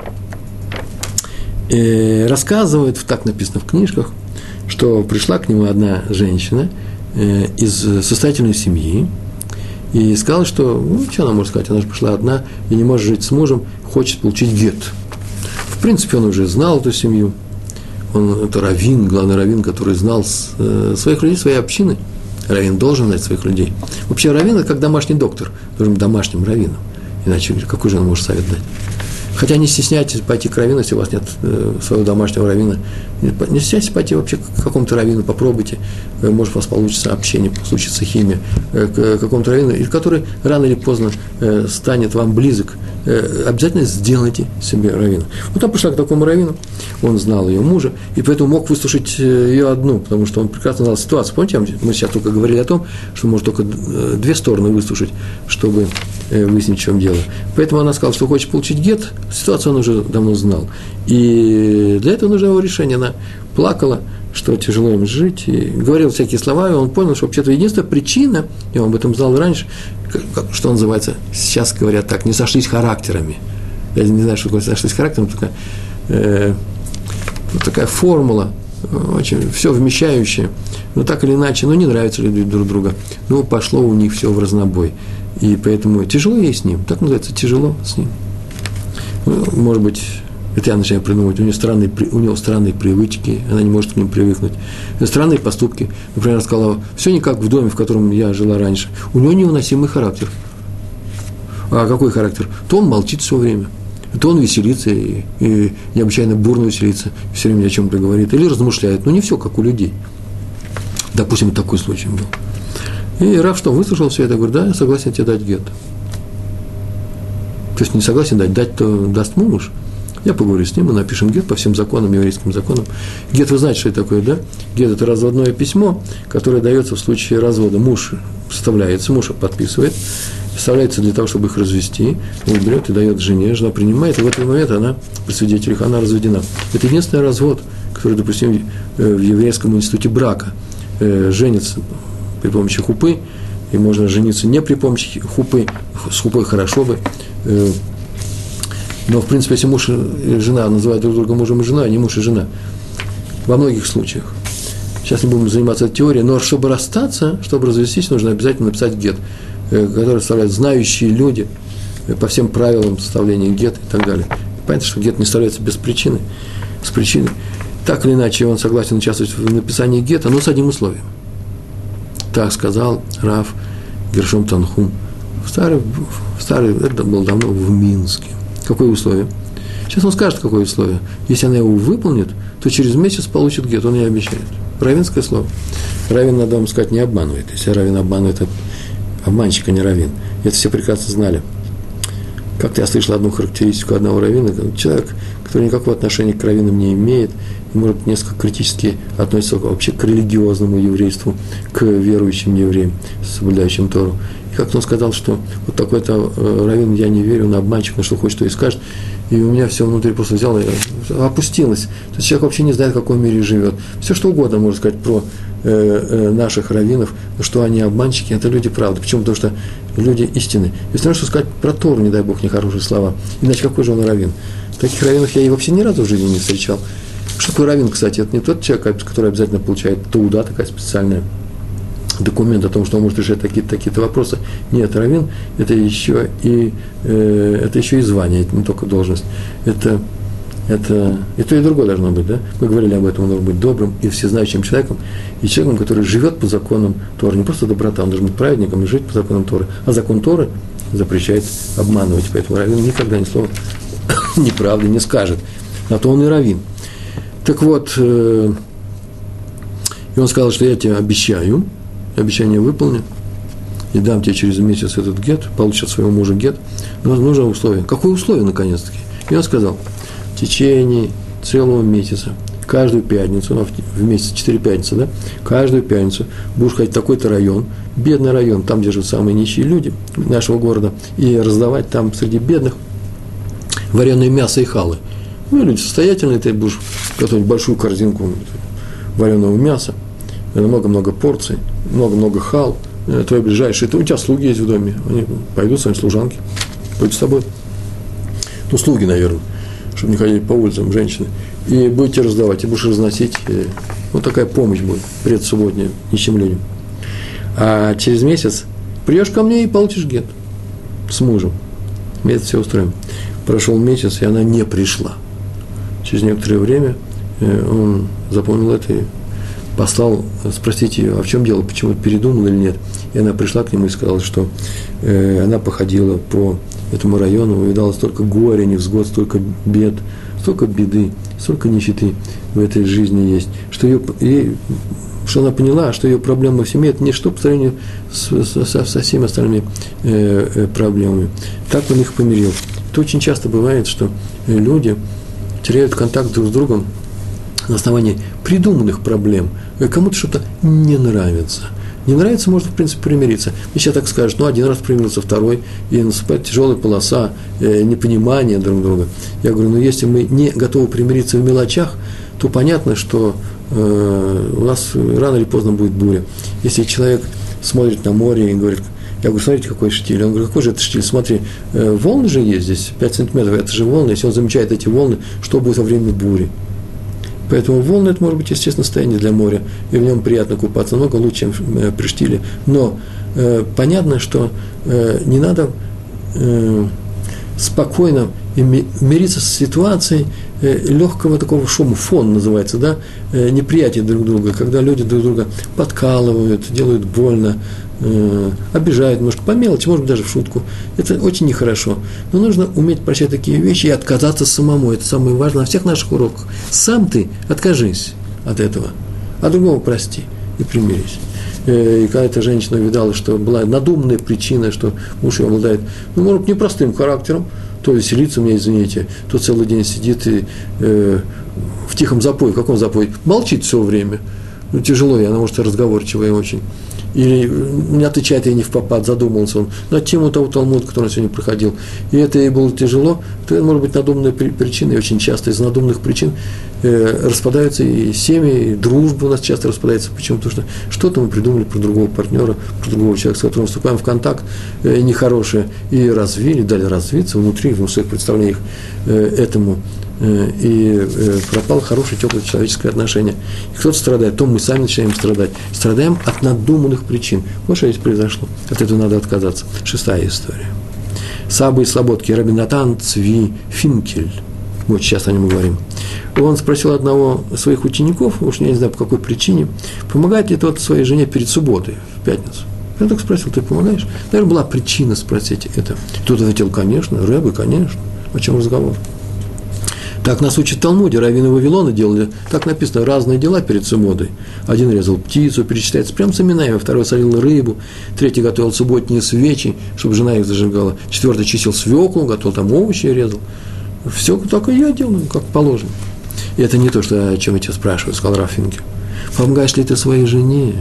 И рассказывают, так написано в книжках, что пришла к нему одна женщина из состоятельной семьи, и сказала, что, ну, что она может сказать, она же пришла одна и не может жить с мужем, хочет получить гет. В принципе, он уже знал эту семью, он, это раввин, главный раввин, который знал с, э, своих людей, своей общины. Раввин должен знать своих людей. Вообще раввин – это как домашний доктор, должен быть домашним раввином, иначе какой же он может совет дать? Хотя не стесняйтесь пойти к раввину, если у вас нет э, своего домашнего раввина. Не стесняйтесь пойти вообще к какому-то раввину, попробуйте. Э, может, у вас получится общение, случится химия э, к какому-то раввину, и который рано или поздно э, станет вам близок. Э, обязательно сделайте себе раввина. Вот она пришла к такому раввину, он знал ее мужа, и поэтому мог выслушать ее одну, потому что он прекрасно знал ситуацию. Помните, мы сейчас только говорили о том, что может только две стороны выслушать, чтобы выяснить, в чем дело. Поэтому она сказала, что хочет получить гет, ситуацию он уже давно знал. И для этого нужно его решение. Она плакала, что тяжело им жить, и говорила всякие слова, и он понял, что вообще-то единственная причина, и он об этом знал раньше, как, что называется, сейчас говорят так, не сошлись характерами. Я не знаю, что такое сошлись характером, такая, э, такая формула, очень все вмещающее, но так или иначе, ну, не нравятся люди друг друга, ну, пошло у них все в разнобой. И поэтому тяжело ей с ним, так называется, тяжело с ним. Ну, может быть, это я начинаю придумывать, у нее странные, у него странные привычки, она не может к ним привыкнуть. Странные поступки. Например, она сказала, все не как в доме, в котором я жила раньше. У него невыносимый характер. А какой характер? То он молчит все время, то он веселится, и, и необычайно бурно веселится, все время о чем-то говорит, или размышляет. Но не все, как у людей. Допустим, такой случай был. И Рав что, выслушал все это, говорит, да, я согласен тебе дать гет. То есть не согласен дать, дать-то даст муж. Я поговорю с ним, мы напишем гет по всем законам, еврейским законам. Гет, вы знаете, что это такое, да? Гет – это разводное письмо, которое дается в случае развода. Муж составляется, муж подписывает, составляется для того, чтобы их развести. Он берет и дает жене, жена принимает, и в этот момент она, при свидетелях, она разведена. Это единственный развод, который допустим в еврейском институте брака. Женится при помощи хупы, и можно жениться не при помощи хупы, с хупой хорошо бы, но, в принципе, если муж и жена называют друг друга мужем и женой, а не муж и жена, во многих случаях. Сейчас не будем заниматься этой теорией, но чтобы расстаться, чтобы развестись, нужно обязательно написать гет, который составляют знающие люди по всем правилам составления гет и так далее. Понятно, что гет не составляется без причины, с причиной. Так или иначе, он согласен участвовать в написании гета, но с одним условием. Так сказал Рав Гершом Танхум. В старый, в старый, это было давно в Минске. Какое условие? Сейчас он скажет, какое условие. Если она его выполнит, то через месяц получит гет, он ей обещает. Раввинское слово. Раввин, надо вам сказать, не обманывает. Если раввин обманывает, это обманщик, а не раввин. Это все прекрасно знали. Как-то я слышал одну характеристику одного раввина. Человек, который никакого отношения к раввинам не имеет, и, может быть, несколько критически относится вообще к религиозному еврейству, к верующим евреям, соблюдающим Тору. И как-то он сказал, что вот такой-то раввин, я не верю, он обманщик, на что хочет, то и скажет. И у меня все внутри просто взяло и опустилось. То есть человек вообще не знает, в каком мире живет. Все что угодно можно сказать про э, э, наших раввинов, что они обманщики, это люди правды. Почему? Потому что люди истины. Если нужно сказать про Тору, не дай Бог, нехорошие слова. Иначе какой же он раввин? Таких раввинов я и вообще ни разу в жизни не встречал. Что такое раввин, кстати? Это не тот человек, который обязательно получает тауда, такая специальная, документ о том, что он может решать такие-то, такие-то вопросы. Нет, раввин – это еще и, э, это еще и звание, это не только должность. Это, это и то, и другое должно быть, да? Мы говорили об этом, он должен быть добрым и всезнающим человеком, и человеком, который живет по законам Торы. Не просто доброта, он должен быть праведником и жить по законам Торы. А закон Торы, запрещает обманывать. Поэтому раввин никогда ни слова неправды не скажет. На то он и раввин. Так вот, и он сказал, что я тебе обещаю, обещание выполню, и дам тебе через месяц этот гет, получишь от своего мужа гет, но нужно условие. Какое условие, наконец-таки? И он сказал, в течение целого месяца, каждую пятницу, в месяц четыре пятницы, да, каждую пятницу будешь ходить в такой-то район, бедный район, там, где живут самые нищие люди нашего города, и раздавать там среди бедных вареное мясо и халы. Ну, люди состоятельные, ты будешь готовить большую корзинку вареного мяса, много-много порций, много-много хал, твои ближайшие, это у тебя слуги есть в доме, они пойдут, сами служанки, пойдут с тобой. Ну, слуги, наверное, чтобы не ходили по улицам женщины. И будете раздавать, и будешь разносить. И вот такая помощь будет, предсубботняя, нищим людям. А через месяц придешь ко мне и получишь гет с мужем. Мы это все устроим. Прошел месяц, и она не пришла. Через некоторое время он запомнил это и послал спросить ее, а в чем дело, почему передумала или нет. И она пришла к нему и сказала, что э, она походила по этому району, увидала столько горя, невзгод, столько бед, столько беды, столько нищеты в этой жизни есть, что, ее, ей, что она поняла, что ее проблема в семье – это ничто по сравнению с, со, со всеми остальными э, э, проблемами. Так он их помирил. Это очень часто бывает, что люди теряют контакт друг с другом на основании придуманных проблем. Кому-то что-то не нравится. Не нравится, можно, в принципе, примириться. И сейчас так скажешь, ну, один раз примирился, второй, и наступает тяжелая полоса э, непонимания друг друга. Я говорю, ну, если мы не готовы примириться в мелочах, то понятно, что э, у нас рано или поздно будет буря. Если человек смотрит на море и говорит, я говорю, смотрите, какой штиль. Он говорит, какой же это штиль? Смотри, э, волны же есть здесь, пять сантиметров, это же волны. Если он замечает эти волны, что будет во время бури? Поэтому волны – это может быть естественное состояние для моря, и в нем приятно купаться, намного лучше, чем э, при штиле. Но э, понятно, что э, не надо э, спокойно мириться с ситуацией э, легкого такого шума, фон называется, да, э, неприятия друг друга, когда люди друг друга подкалывают, делают больно, э, обижают, может, по мелочи, может быть, даже в шутку. Это очень нехорошо. Но нужно уметь прощать такие вещи и отказаться самому. Это самое важное на всех наших уроках. Сам ты откажись от этого, а другого прости и примирись. И когда эта женщина увидала, что была надуманная причина, что муж ее обладает, ну, может, непростым характером, то веселится мне, извините, то целый день сидит и э, в тихом запое. В каком запое? Молчит все время. Ну, тяжело ей, она, может, разговорчивая очень. Или не отвечает ей не впопад, задумался он на тему того Талмуда, который он сегодня проходил. И это ей было тяжело. Это может быть надуманная причина, и очень часто из надуманных причин э, распадаются и семьи, и дружба у нас часто распадается. Почему? Потому что что-то мы придумали про другого партнера, про другого человека, с которым вступаем в контакт э, нехорошее, и развили, дали развиться внутри, в своих представлениях э, этому. И пропало хорошее, теплое человеческое отношение. И кто-то страдает, то мы сами начинаем страдать. Страдаем от надуманных причин. Вот что здесь произошло. От этого надо отказаться. Шестая история. Саба из Слободки, Раби Натан Цви Финкель. Мы очень часто о нем говорим. Он спросил одного из своих учеников, уж я не знаю по какой причине, помогает ли тот своей жене перед субботой, в пятницу. Я так спросил, ты помогаешь? Наверное, была причина спросить это. Тот ответил, конечно, Рэбе, конечно. О чем разговор? Так нас учат в Талмуде, раввины Вавилона делали, так написано, разные дела перед субботой. Один резал птицу, перечисляется прям с именами, второй солил рыбу, третий готовил субботние свечи, чтобы жена их зажигала, четвертый чистил свеклу, готовил там овощи резал. Все так и я делаю, как положено. И это не то, что, о чем я тебя спрашиваю, сказал Рав Финкель. Помогаешь ли ты своей жене?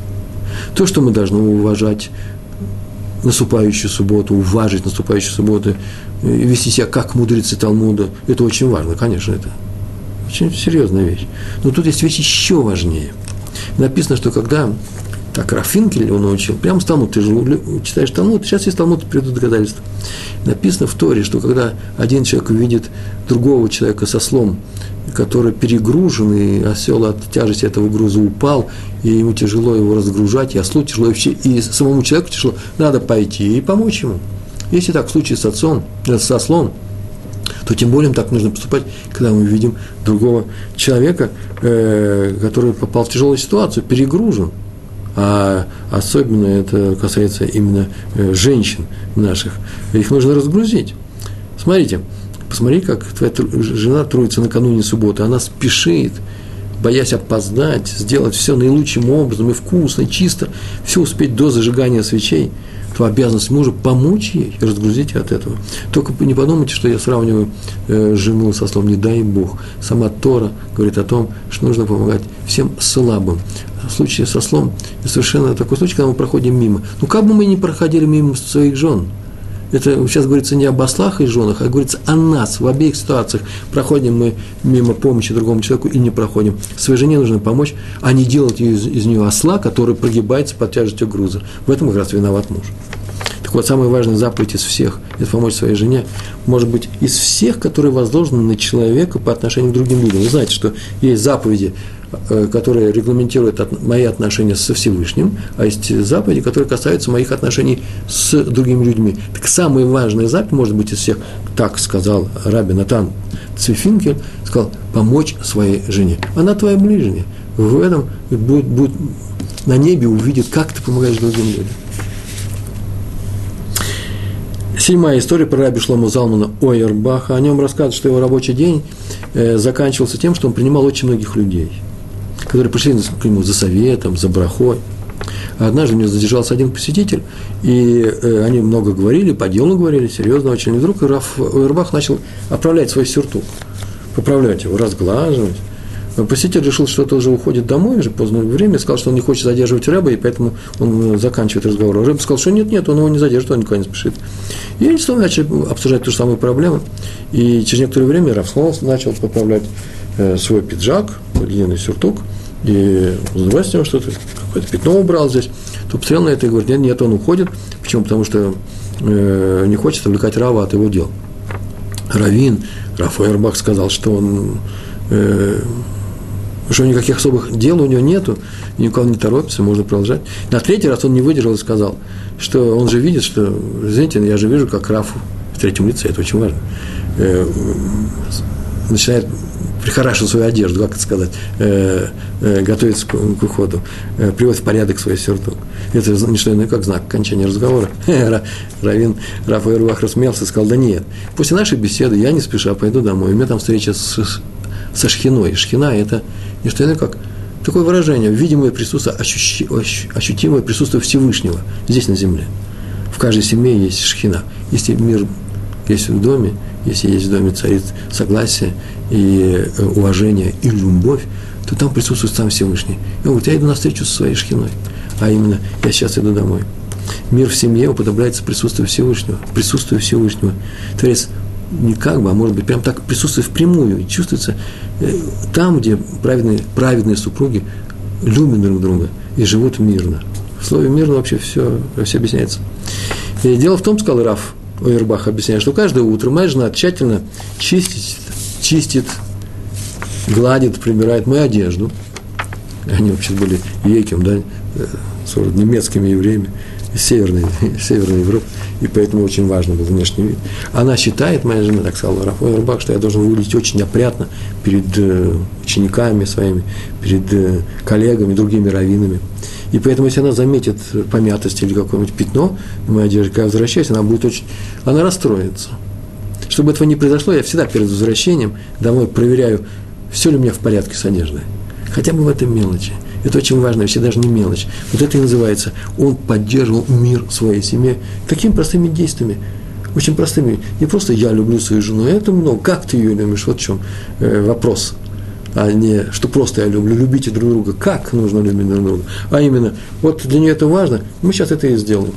То, что мы должны уважать наступающую субботу, уважить наступающую субботу, и вести себя как мудрецы Талмуда, это очень важно, конечно, это очень серьезная вещь. Но тут есть вещь еще важнее. Написано, что когда, так Рав Финкель его научил, прямо с Талмуда, ты же читаешь Талмуд, сейчас есть Талмуд, придут доказательства. Написано в Торе, что когда один человек увидит другого человека со слом, который перегружен, и осел от тяжести этого груза упал, и ему тяжело его разгружать, и ослу тяжело, и самому человеку тяжело, надо пойти и помочь ему. Если так в случае с отцом, с ослом, то тем более так нужно поступать, когда мы видим другого человека, э, который попал в тяжелую ситуацию, перегружен. а особенно это касается именно женщин наших. Их нужно разгрузить. Смотрите, посмотри, как твоя жена трудится накануне субботы, она спешит, боясь опоздать, сделать все наилучшим образом, и вкусно, и чисто, все успеть до зажигания свечей. То обязанность мужа помочь ей, разгрузить от этого. Только не подумайте, что я сравниваю э, жену со словом «не дай Бог». Сама Тора говорит о том, что нужно помогать всем слабым. В случае со слом совершенно такой случай, когда мы проходим мимо. Ну, как бы мы ни проходили мимо своих жен, это сейчас говорится не об ослах и женах, а говорится о нас. В обеих ситуациях проходим мы мимо помощи другому человеку и не проходим. Своей жене нужно помочь, а не делать из, из нее осла, который прогибается под тяжестью груза. В этом как раз виноват муж. Так вот, самая важная заповедь из всех – это помочь своей жене. Может быть, из всех, которые возложены на человека по отношению к другим людям. Вы знаете, что есть заповеди, которые регламентируют мои отношения со Всевышним, а есть заповеди, которые касаются моих отношений с другими людьми. Так самая важная заповедь, может быть, из всех, так сказал Раби Натан Цвифинкель, сказал, помочь своей жене. Она твоя ближняя. В этом будет, будет на небе увидит, как ты помогаешь другим людям. Седьмая история про раби Шломо Залмана Ойербаха. О нем рассказывают, что его рабочий день э, заканчивался тем, что он принимал очень многих людей, которые пришли к нему за советом, за брахой. А однажды у него задержался один посетитель, и э, они много говорили, по делу говорили, серьезно очень. И вдруг Рав Ойербах начал оправлять свой сюртук, поправлять его, разглаживать. Посетитель решил, что это уже уходит домой, уже позднее время, сказал, что он не хочет задерживать Рэба, и поэтому он заканчивает разговор. Рэб сказал, что нет, нет, он его не задержит, он никуда не спешит. И они снова начали обсуждать ту же самую проблему, и через некоторое время Рав снова начал поправлять э, свой пиджак, длинный сюртук, и задаваясь с него что-то, какое-то пятно убрал здесь, то посмотрел на это и говорит, нет, нет, он уходит. Почему? Потому что э, не хочет отвлекать Рава от его дел. Равин, Рав Ойербах сказал, что он... Э, что никаких особых дел у него нету, и никого не торопится, можно продолжать. На третий раз он не выдержал и сказал, что он же видит, что, знаете, я же вижу, как Рафу в третьем лице, это очень важно, э, начинает прихорашивать свою одежду, как это сказать, э, э, готовится к, к уходу, э, приводит в порядок свой сюртук. Это не что иное, как знак окончания разговора. Равин Рав Ойербах рассмеялся и сказал, да нет, после нашей беседы я не спеша пойду домой, у меня там встреча с со шхиной. Шхина – это не что иное, как такое выражение, видимое присутствие, ощущи, ощутимое присутствие Всевышнего здесь на земле. В каждой семье есть шхина. Если мир есть в доме, если есть в доме царит согласие и уважение и любовь, то там присутствует сам Всевышний. И он говорит, я иду на встречу со своей шхиной, а именно, я сейчас иду домой. Мир в семье уподобляется присутствию Всевышнего, присутствию Всевышнего. Творец не как бы, а может быть, прям так присутствует впрямую, и чувствуется там, где праведные, праведные супруги любят друг друга и живут мирно. В слове «мирно» вообще все, все объясняется. И дело в том, сказал Рав Ойербах, объясняет, что каждое утро моя жена тщательно чистит, чистит, гладит, прибирает мою одежду. Они вообще были евреем, да, немецкими евреями, из Северной, Северной Европы, и поэтому очень важно был внешний вид. Она считает, моя жена, так сказала Рав Ойербах, что я должен выглядеть очень опрятно перед э, учениками своими, перед э, коллегами, другими раввинами. И поэтому, если она заметит помятость или какое-нибудь пятно на моей одежде, когда я возвращаюсь, она будет очень... Она расстроится. Чтобы этого не произошло, я всегда перед возвращением домой проверяю, все ли у меня в порядке с одеждой. Хотя бы в этом мелочи. Это очень важно, вообще даже не мелочь. Вот это и называется, он поддерживал мир в своей семье такими простыми действиями, очень простыми. Не просто я люблю свою жену, это много. Как ты ее любишь? Вот в чем э, вопрос. А не, что просто я люблю, любите друг друга. Как нужно любить друг друга? А именно, вот для нее это важно, мы сейчас это и сделаем.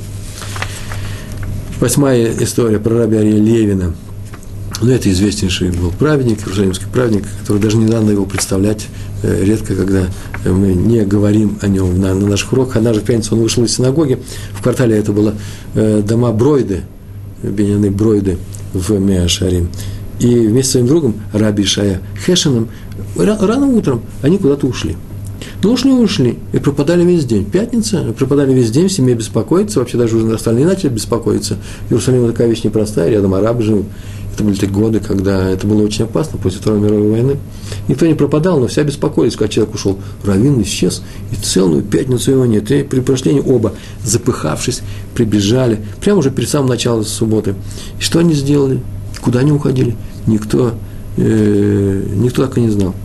Восьмая история про раби Арье Левина. Ну, это известнейший был праведник, иерусалимский праведник, который даже не надо его представлять, редко, когда мы не говорим о нем на, на наших уроках. Однажды в пятницу он вышел из синагоги, в квартале это было э, дома Бройды, Беньяны Бройды в Меа-Шарим. И вместе с своим другом, раби Ишая Хешином, рано утром они куда-то ушли. Ну, ушли, ушли, и пропадали весь день. Пятница, пропадали весь день, в семье беспокоится, вообще даже уже остальные начали беспокоиться. Иерусалим такая вещь непростая, рядом арабы живут. Это были те годы, когда это было очень опасно, после Второй мировой войны. Никто не пропадал, но все беспокоились, когда человек ушел. Раввин исчез, и целую пятницу его нет. И при прошлении оба, запыхавшись, прибежали, прямо уже перед самым началом субботы. И что они сделали? Куда они уходили? Никто, э, никто так и не знал.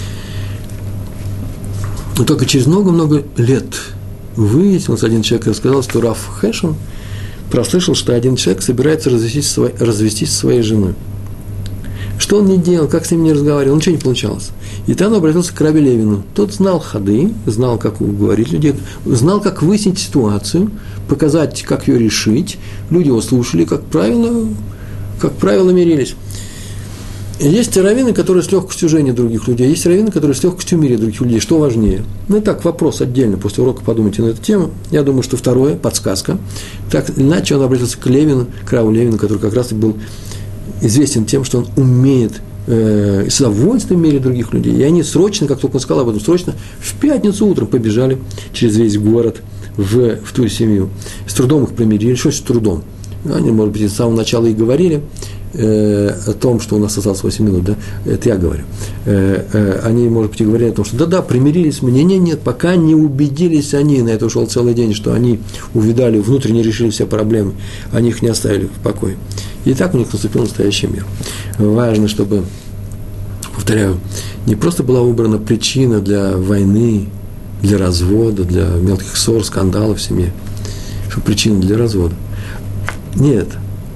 Но только через много-много лет выяснилось, один человек рассказал, что Рав Хешин прослышал, что один человек собирается развестись, свой, развестись со своей женой. Что он не делал, как с ним не разговаривал, ничего не получалось. И там он обратился к Раби Левину. Тот знал ходы, знал, как уговорить людей, знал, как выяснить ситуацию, показать, как ее решить. Люди его слушали, как правило, как правило, мирились. Есть раввины, которые с легкостью женят других людей, есть раввины, которые с легкостью мирят других людей. Что важнее? Ну, и так, вопрос отдельно, после урока подумайте на эту тему. Я думаю, что второе, подсказка. Так, иначе он обратился к Левину, к Раву Левину, который как раз и был известен тем, что он умеет э, с удовольствием мирить других людей. И они срочно, как только он сказал об этом, срочно в пятницу утром побежали через весь город в, в ту семью. С трудом их примирили. Что с трудом? Они, может быть, с самого начала и говорили о том, что у нас осталось восемь минут, да, это я говорю. Они, может быть, и говорили о том, что да-да, примирились мы, нет, нет, пока не убедились они, на это ушел целый день, что они увидали, внутренне решили все проблемы, они их не оставили в покое. И так у них наступил настоящий мир. Важно, чтобы, повторяю, не просто была выбрана причина для войны, для развода, для мелких ссор, скандалов в семье, что причина для развода. Нет.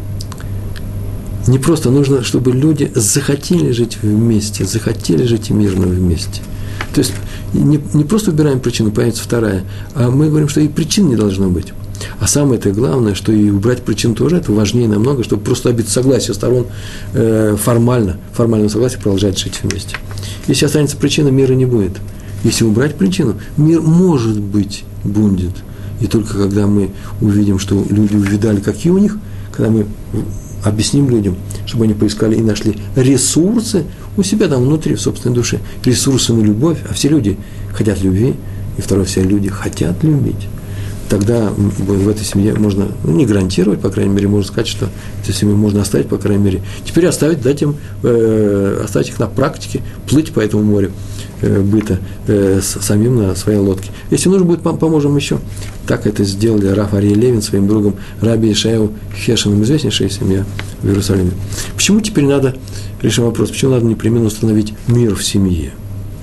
Не просто нужно, чтобы люди захотели жить вместе, захотели жить мирно вместе. То есть не, не просто убираем причину, появится вторая, а мы говорим, что и причин не должно быть. А самое-то главное, что и убрать причину тоже, это важнее намного, чтобы просто добиться согласия сторон э, формально, формального согласия продолжать жить вместе. Если останется причина, мира не будет. Если убрать причину, мир, может быть, будет. И только когда мы увидим, что люди увидали, какие у них, когда мы объясним людям, чтобы они поискали и нашли ресурсы у себя там внутри, в собственной душе, ресурсы на любовь, а все люди хотят любви, и второе, все люди хотят любить, тогда в этой семье можно, ну, не гарантировать, по крайней мере, можно сказать, что эту семью можно оставить, по крайней мере, теперь оставить, дать им, э, оставить их на практике, плыть по этому морю э, быта э, с, самим на своей лодке. Если нужно будет, поможем еще. Так это сделали Рав Арье Левин своим другом Раби Ишаяу Хешиным, известнейшая семья в Иерусалиме. Почему теперь надо, решим вопрос, почему надо непременно установить мир в семье?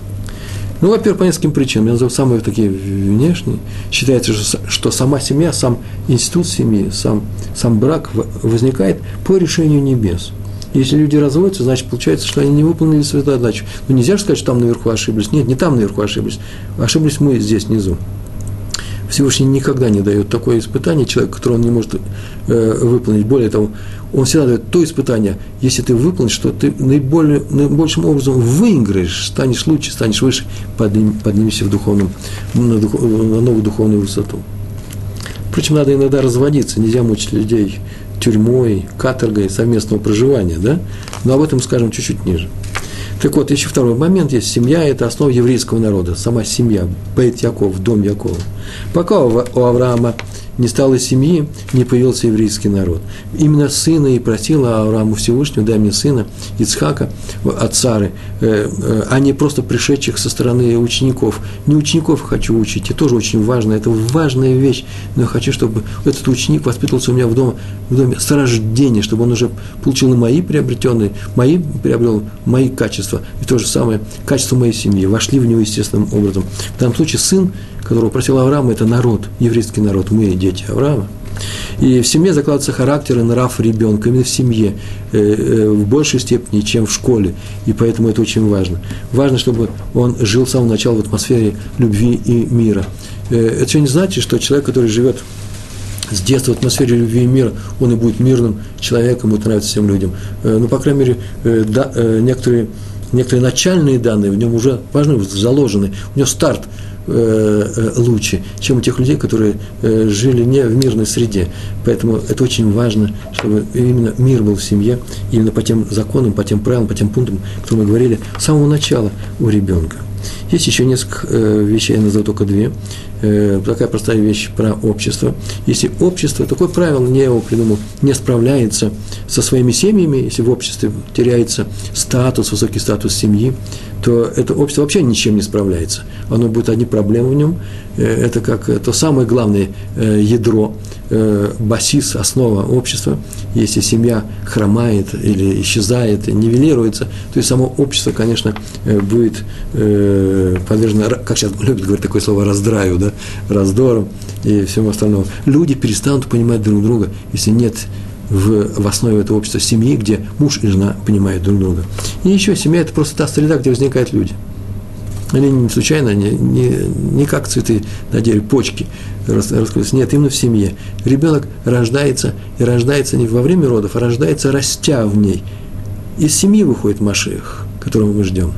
Ну, во-первых, по нескольким причинам. Я назову самые такие внешние. Считается, что сама семья, сам институт семьи, сам, сам брак возникает по решению небес. Если люди разводятся, значит, получается, что они не выполнили свою задачу. Но нельзя же сказать, что там наверху ошиблись. Нет, не там наверху ошиблись. Ошиблись мы здесь, внизу. Всевышний никогда не дает такое испытание человеку, которое он не может э, выполнить. Более того, он всегда дает то испытание, если ты выполнишь, что ты наиболее, наибольшим образом выиграешь, станешь лучше, станешь выше, подним, поднимешься в духовном, на, дух, на новую духовную высоту. Впрочем, надо иногда разводиться, нельзя мучить людей тюрьмой, каторгой совместного проживания, да? Но об этом скажем чуть-чуть ниже. Так вот, еще второй момент есть. Семья – это основа еврейского народа. Сама семья, Бейт Яков, дом Якова. Пока у Авраама не стало семьи, не появился еврейский народ. Именно сына и просила Аврааму Всевышнего, дай мне сына, Ицхака, от Сары, а не просто пришедших со стороны учеников. Не учеников хочу учить, это тоже очень важно, это важная вещь, но я хочу, чтобы этот ученик воспитывался у меня в доме, в доме с рождения, чтобы он уже получил и мои приобретенные, мои приобрел мои качества, и то же самое качество моей семьи, вошли в него естественным образом. В данном случае сын, которого просил Авраам, это народ, еврейский народ, мы дети Авраама. И в семье закладывается характер и нрав ребенка, именно в семье, э, э, в большей степени, чем в школе, и поэтому это очень важно. Важно, чтобы он жил с самого начала в атмосфере любви и мира. Э, это еще не значит, что человек, который живет с детства в атмосфере любви и мира, он и будет мирным человеком, будет нравиться всем людям. Э, ну, по крайней мере, э, да, э, некоторые, некоторые начальные данные в нем уже важны, заложены, у него старт лучше, чем у тех людей, которые жили не в мирной среде. Поэтому это очень важно, чтобы именно мир был в семье, именно по тем законам, по тем правилам, по тем пунктам, которые мы говорили с самого начала у ребенка. Есть еще несколько вещей, я назову только две. э, такая простая вещь про общество. Если общество, такое правило, не я его придумал, не справляется со своими семьями, если в обществе теряется статус, высокий статус семьи, то это общество вообще ничем не справляется. Оно будет одни проблемы в нем. Это как то самое главное ядро, басис, основа общества. Если семья хромает или исчезает, нивелируется, то и само общество, конечно, будет подвержено, как сейчас любят говорить такое слово, раздраю, да, раздорам и всему остальному. Люди перестанут понимать друг друга, если нет в, в основе этого общества семьи, где муж и жена понимают друг друга. И еще семья – это просто та среда, где возникают люди. Они не случайно, не, не, не как цветы на дереве, почки раскрылись. Нет, именно в семье. Ребенок рождается, и рождается не во время родов, а рождается, растя в ней. Из семьи выходит Машиах, которого мы ждем.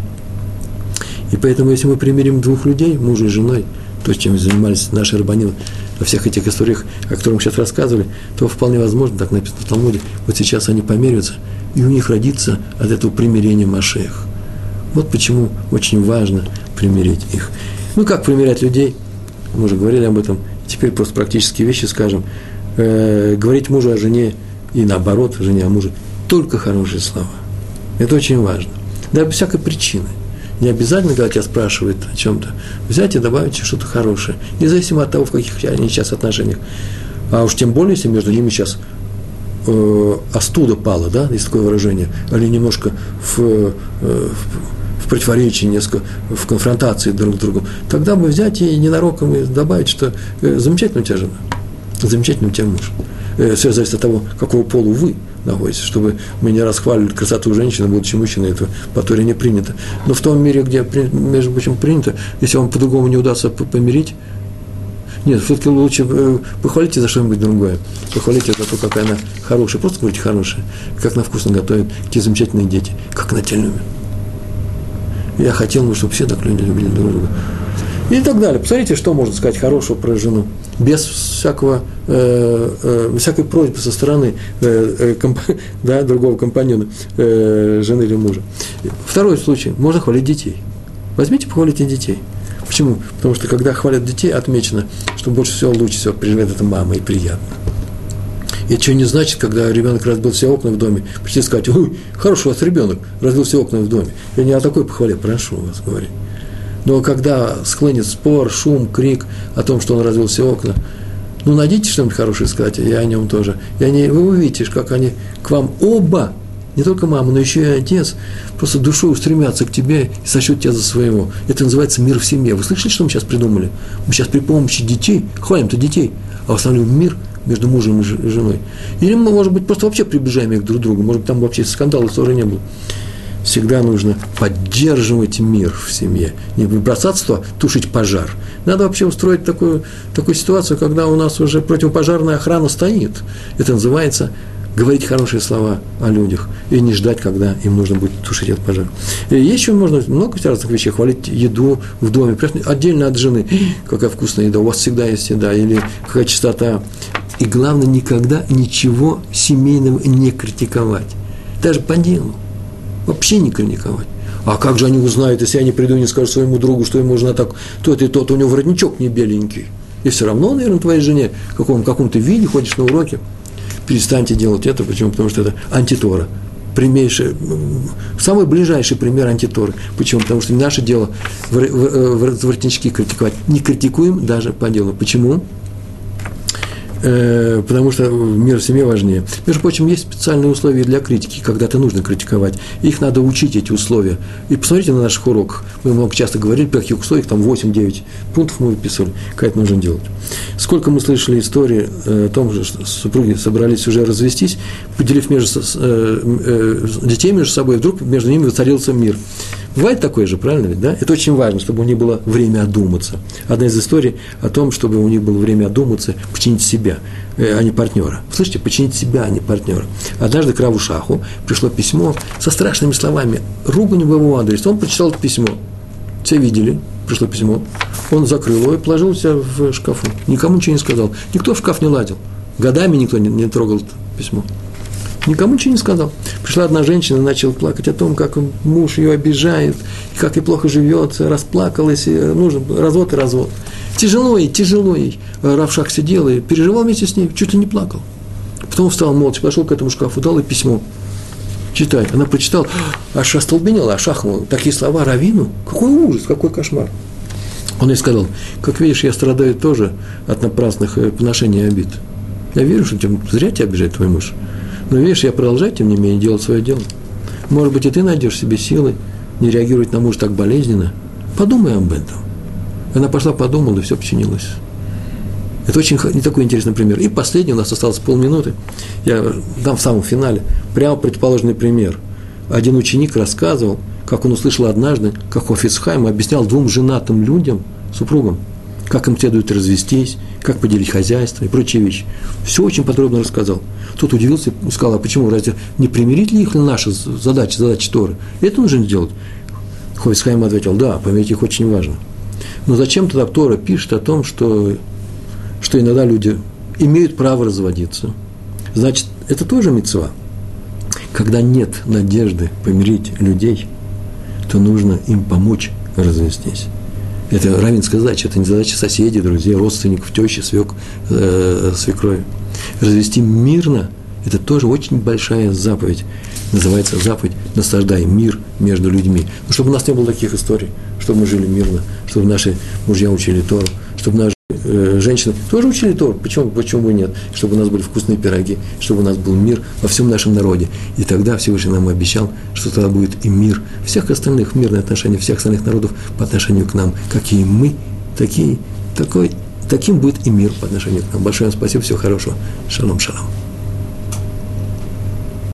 И поэтому, если мы примирим двух людей, мужа и женой, то, чем занимались наши рабаним во всех этих историях, о которых мы сейчас рассказывали, то вполне возможно, так написано в Талмуде, вот сейчас они помирятся, и у них родится от этого примирения Машиах. Вот почему очень важно примирить их. Ну, как примирять людей? Мы уже говорили об этом. Теперь просто практические вещи скажем. Э, говорить мужу о жене и наоборот, жене о муже, только хорошие слова. Это очень важно. Да, без всякой причины. Не обязательно, когда тебя спрашивают о чем-то, взять и добавить что-то хорошее. Независимо от того, в каких они сейчас отношениях. А уж тем более, если между ними сейчас э, остуда пала, да, есть такое выражение, или немножко в, э, в, в противоречии, несколько в конфронтации друг с другом, тогда бы взять и ненароком и добавить, что э, замечательная у тебя жена, замечательный у тебя муж. Э, все зависит от того, какого пола вы находитесь, чтобы мы не расхваливали красоту женщины, будучи мужчиной, это по Торе не принято. Но в том мире, где, между прочим, принято, если вам по-другому не удастся помирить, нет, все-таки лучше похвалите за что-нибудь другое. Похвалите за то, какая она хорошая. Просто говорите хорошая. Как она вкусно готовит, какие замечательные дети. Как она тебя любит. Я хотел бы, чтобы все так люди любили друг друга. И так далее. Посмотрите, что можно сказать хорошего про жену. Без всякого, э, э, всякой просьбы со стороны э, э, комп, да, другого компаньона, э, жены или мужа. Второй случай. Можно хвалить детей. Возьмите, похвалите детей. Почему? Потому что, когда хвалят детей, отмечено, что больше всего, лучше всего переживает это мама, и приятно. И это что не значит, когда ребенок разбил все окна в доме, прийти сказать: ой, хороший у вас ребенок, разбил все окна в доме. Я не о такой похвале прошу вас говорить. Но когда схлынет спор, шум, крик о том, что он разбил все окна, ну, найдите что-нибудь хорошее сказать, и о нем тоже. И они, вы увидите, как они к вам оба, не только мама, но еще и отец, просто душой устремятся к тебе и сочтут тебя за своего. Это называется мир в семье. Вы слышали, что мы сейчас придумали? Мы сейчас при помощи детей, хвалим-то детей, а восстанавливаем мир между мужем и женой. Или мы, может быть, просто вообще приближаем их друг к другу. Может быть, там вообще скандала тоже не было. Всегда нужно поддерживать мир в семье. Не бросаться туда, тушить пожар. Надо вообще устроить такую, такую ситуацию, когда у нас уже противопожарная охрана стоит. Это называется говорить хорошие слова о людях и не ждать, когда им нужно будет тушить этот пожар. И еще можно много разных вещей, хвалить еду в доме, отдельно от жены. Какая вкусная еда, у вас всегда есть еда, или какая чистота. И главное, никогда ничего семейного не критиковать. Даже по делу. Вообще не критиковать. А как же они узнают, если я не приду и не скажу своему другу, что ему нужно так, тот и тот, у него воротничок не беленький. И все равно, наверное, твоей жене в каком, каком-то виде ходишь на уроки. Перестаньте делать это. Почему? Потому что это антитора. Прямейший, самый ближайший пример антиторы. Почему? Потому что не наше дело воротнички критиковать. Не критикуем даже по делу. Почему? Потому что мир в семье важнее. Между прочим, есть специальные условия для критики, когда-то нужно критиковать. Их надо учить, эти условия. И посмотрите на наших уроках. Мы много часто говорили, при каких условиях, там восемь-девять пунктов мы выписывали, как это нужно делать. Сколько мы слышали истории о том, что супруги собрались уже развестись, поделив между, э, э, детей между собой, и вдруг между ними воцарился мир. Бывает такое же, правильно ведь, да? Это очень важно, чтобы у них было время одуматься. Одна из историй о том, чтобы у них было время одуматься, починить себя, э, а не партнера. Слышите, починить себя, а не партнера. Однажды к Раву Шаху пришло письмо со страшными словами, ругань в его адрес. Он прочитал это письмо. Все видели, пришло письмо. Он закрыл его и положил себя в шкафу. Никому ничего не сказал. Никто в шкаф не ладил. Годами никто не, не трогал это письмо. Никому ничего не сказал. Пришла одна женщина и начала плакать о том, как муж ее обижает, как ей плохо живется, расплакалась, и нужен развод и развод. Тяжело ей, тяжело ей. Рав Шах сидел и переживал вместе с ней, чуть ли не плакал. Потом встал молча, пошел к этому шкафу, дал ей письмо. Читай. Она прочитала, аж остолбенела, аж ахнула. Такие слова раввину. Какой ужас, какой кошмар. Он ей сказал, как видишь, я страдаю тоже от напрасных поношений обид. Я верю, что тем, зря тебя обижает твой муж. Но видишь, я продолжаю, тем не менее, делать свое дело. Может быть, и ты найдешь в себе силы не реагировать на мужа так болезненно. Подумай об этом. Она пошла, подумала, и все починилось. Это очень не такой интересный пример. И последний, у нас осталось полминуты. Я дам в самом финале прямо предположенный пример. Один ученик рассказывал, как он услышал однажды, как Хафец Хаим объяснял двум женатым людям, супругам, как им следует развестись, как поделить хозяйство и прочие вещи. Все очень подробно рассказал. Тот удивился и сказал, а почему, разве не примирить ли их наша задача, задача Торы? Это нужно сделать. Хафец Хаим ответил, да, помирить их очень важно. Но зачем тогда Тора пишет о том, что, что иногда люди имеют право разводиться? Значит, это тоже мицва. Когда нет надежды помирить людей, то нужно им помочь развестись. Это раввинская задача, это не задача соседей, друзей, родственников, тещи, свек, э, свекрови. Развести мирно – это тоже очень большая заповедь. Называется заповедь «Насаждай мир между людьми». Ну, чтобы у нас не было таких историй, чтобы мы жили мирно, чтобы наши мужья учили Тору, чтобы наши э, женщины тоже учили Тору, почему, почему бы нет, чтобы у нас были вкусные пироги, чтобы у нас был мир во всем нашем народе. И тогда Всевышний нам обещал, что тогда будет и мир всех остальных, мирное отношение всех остальных народов по отношению к нам. Какие мы, такие, такой, таким будет и мир по отношению к нам. Большое вам спасибо, всего хорошего. Шалом, шалом.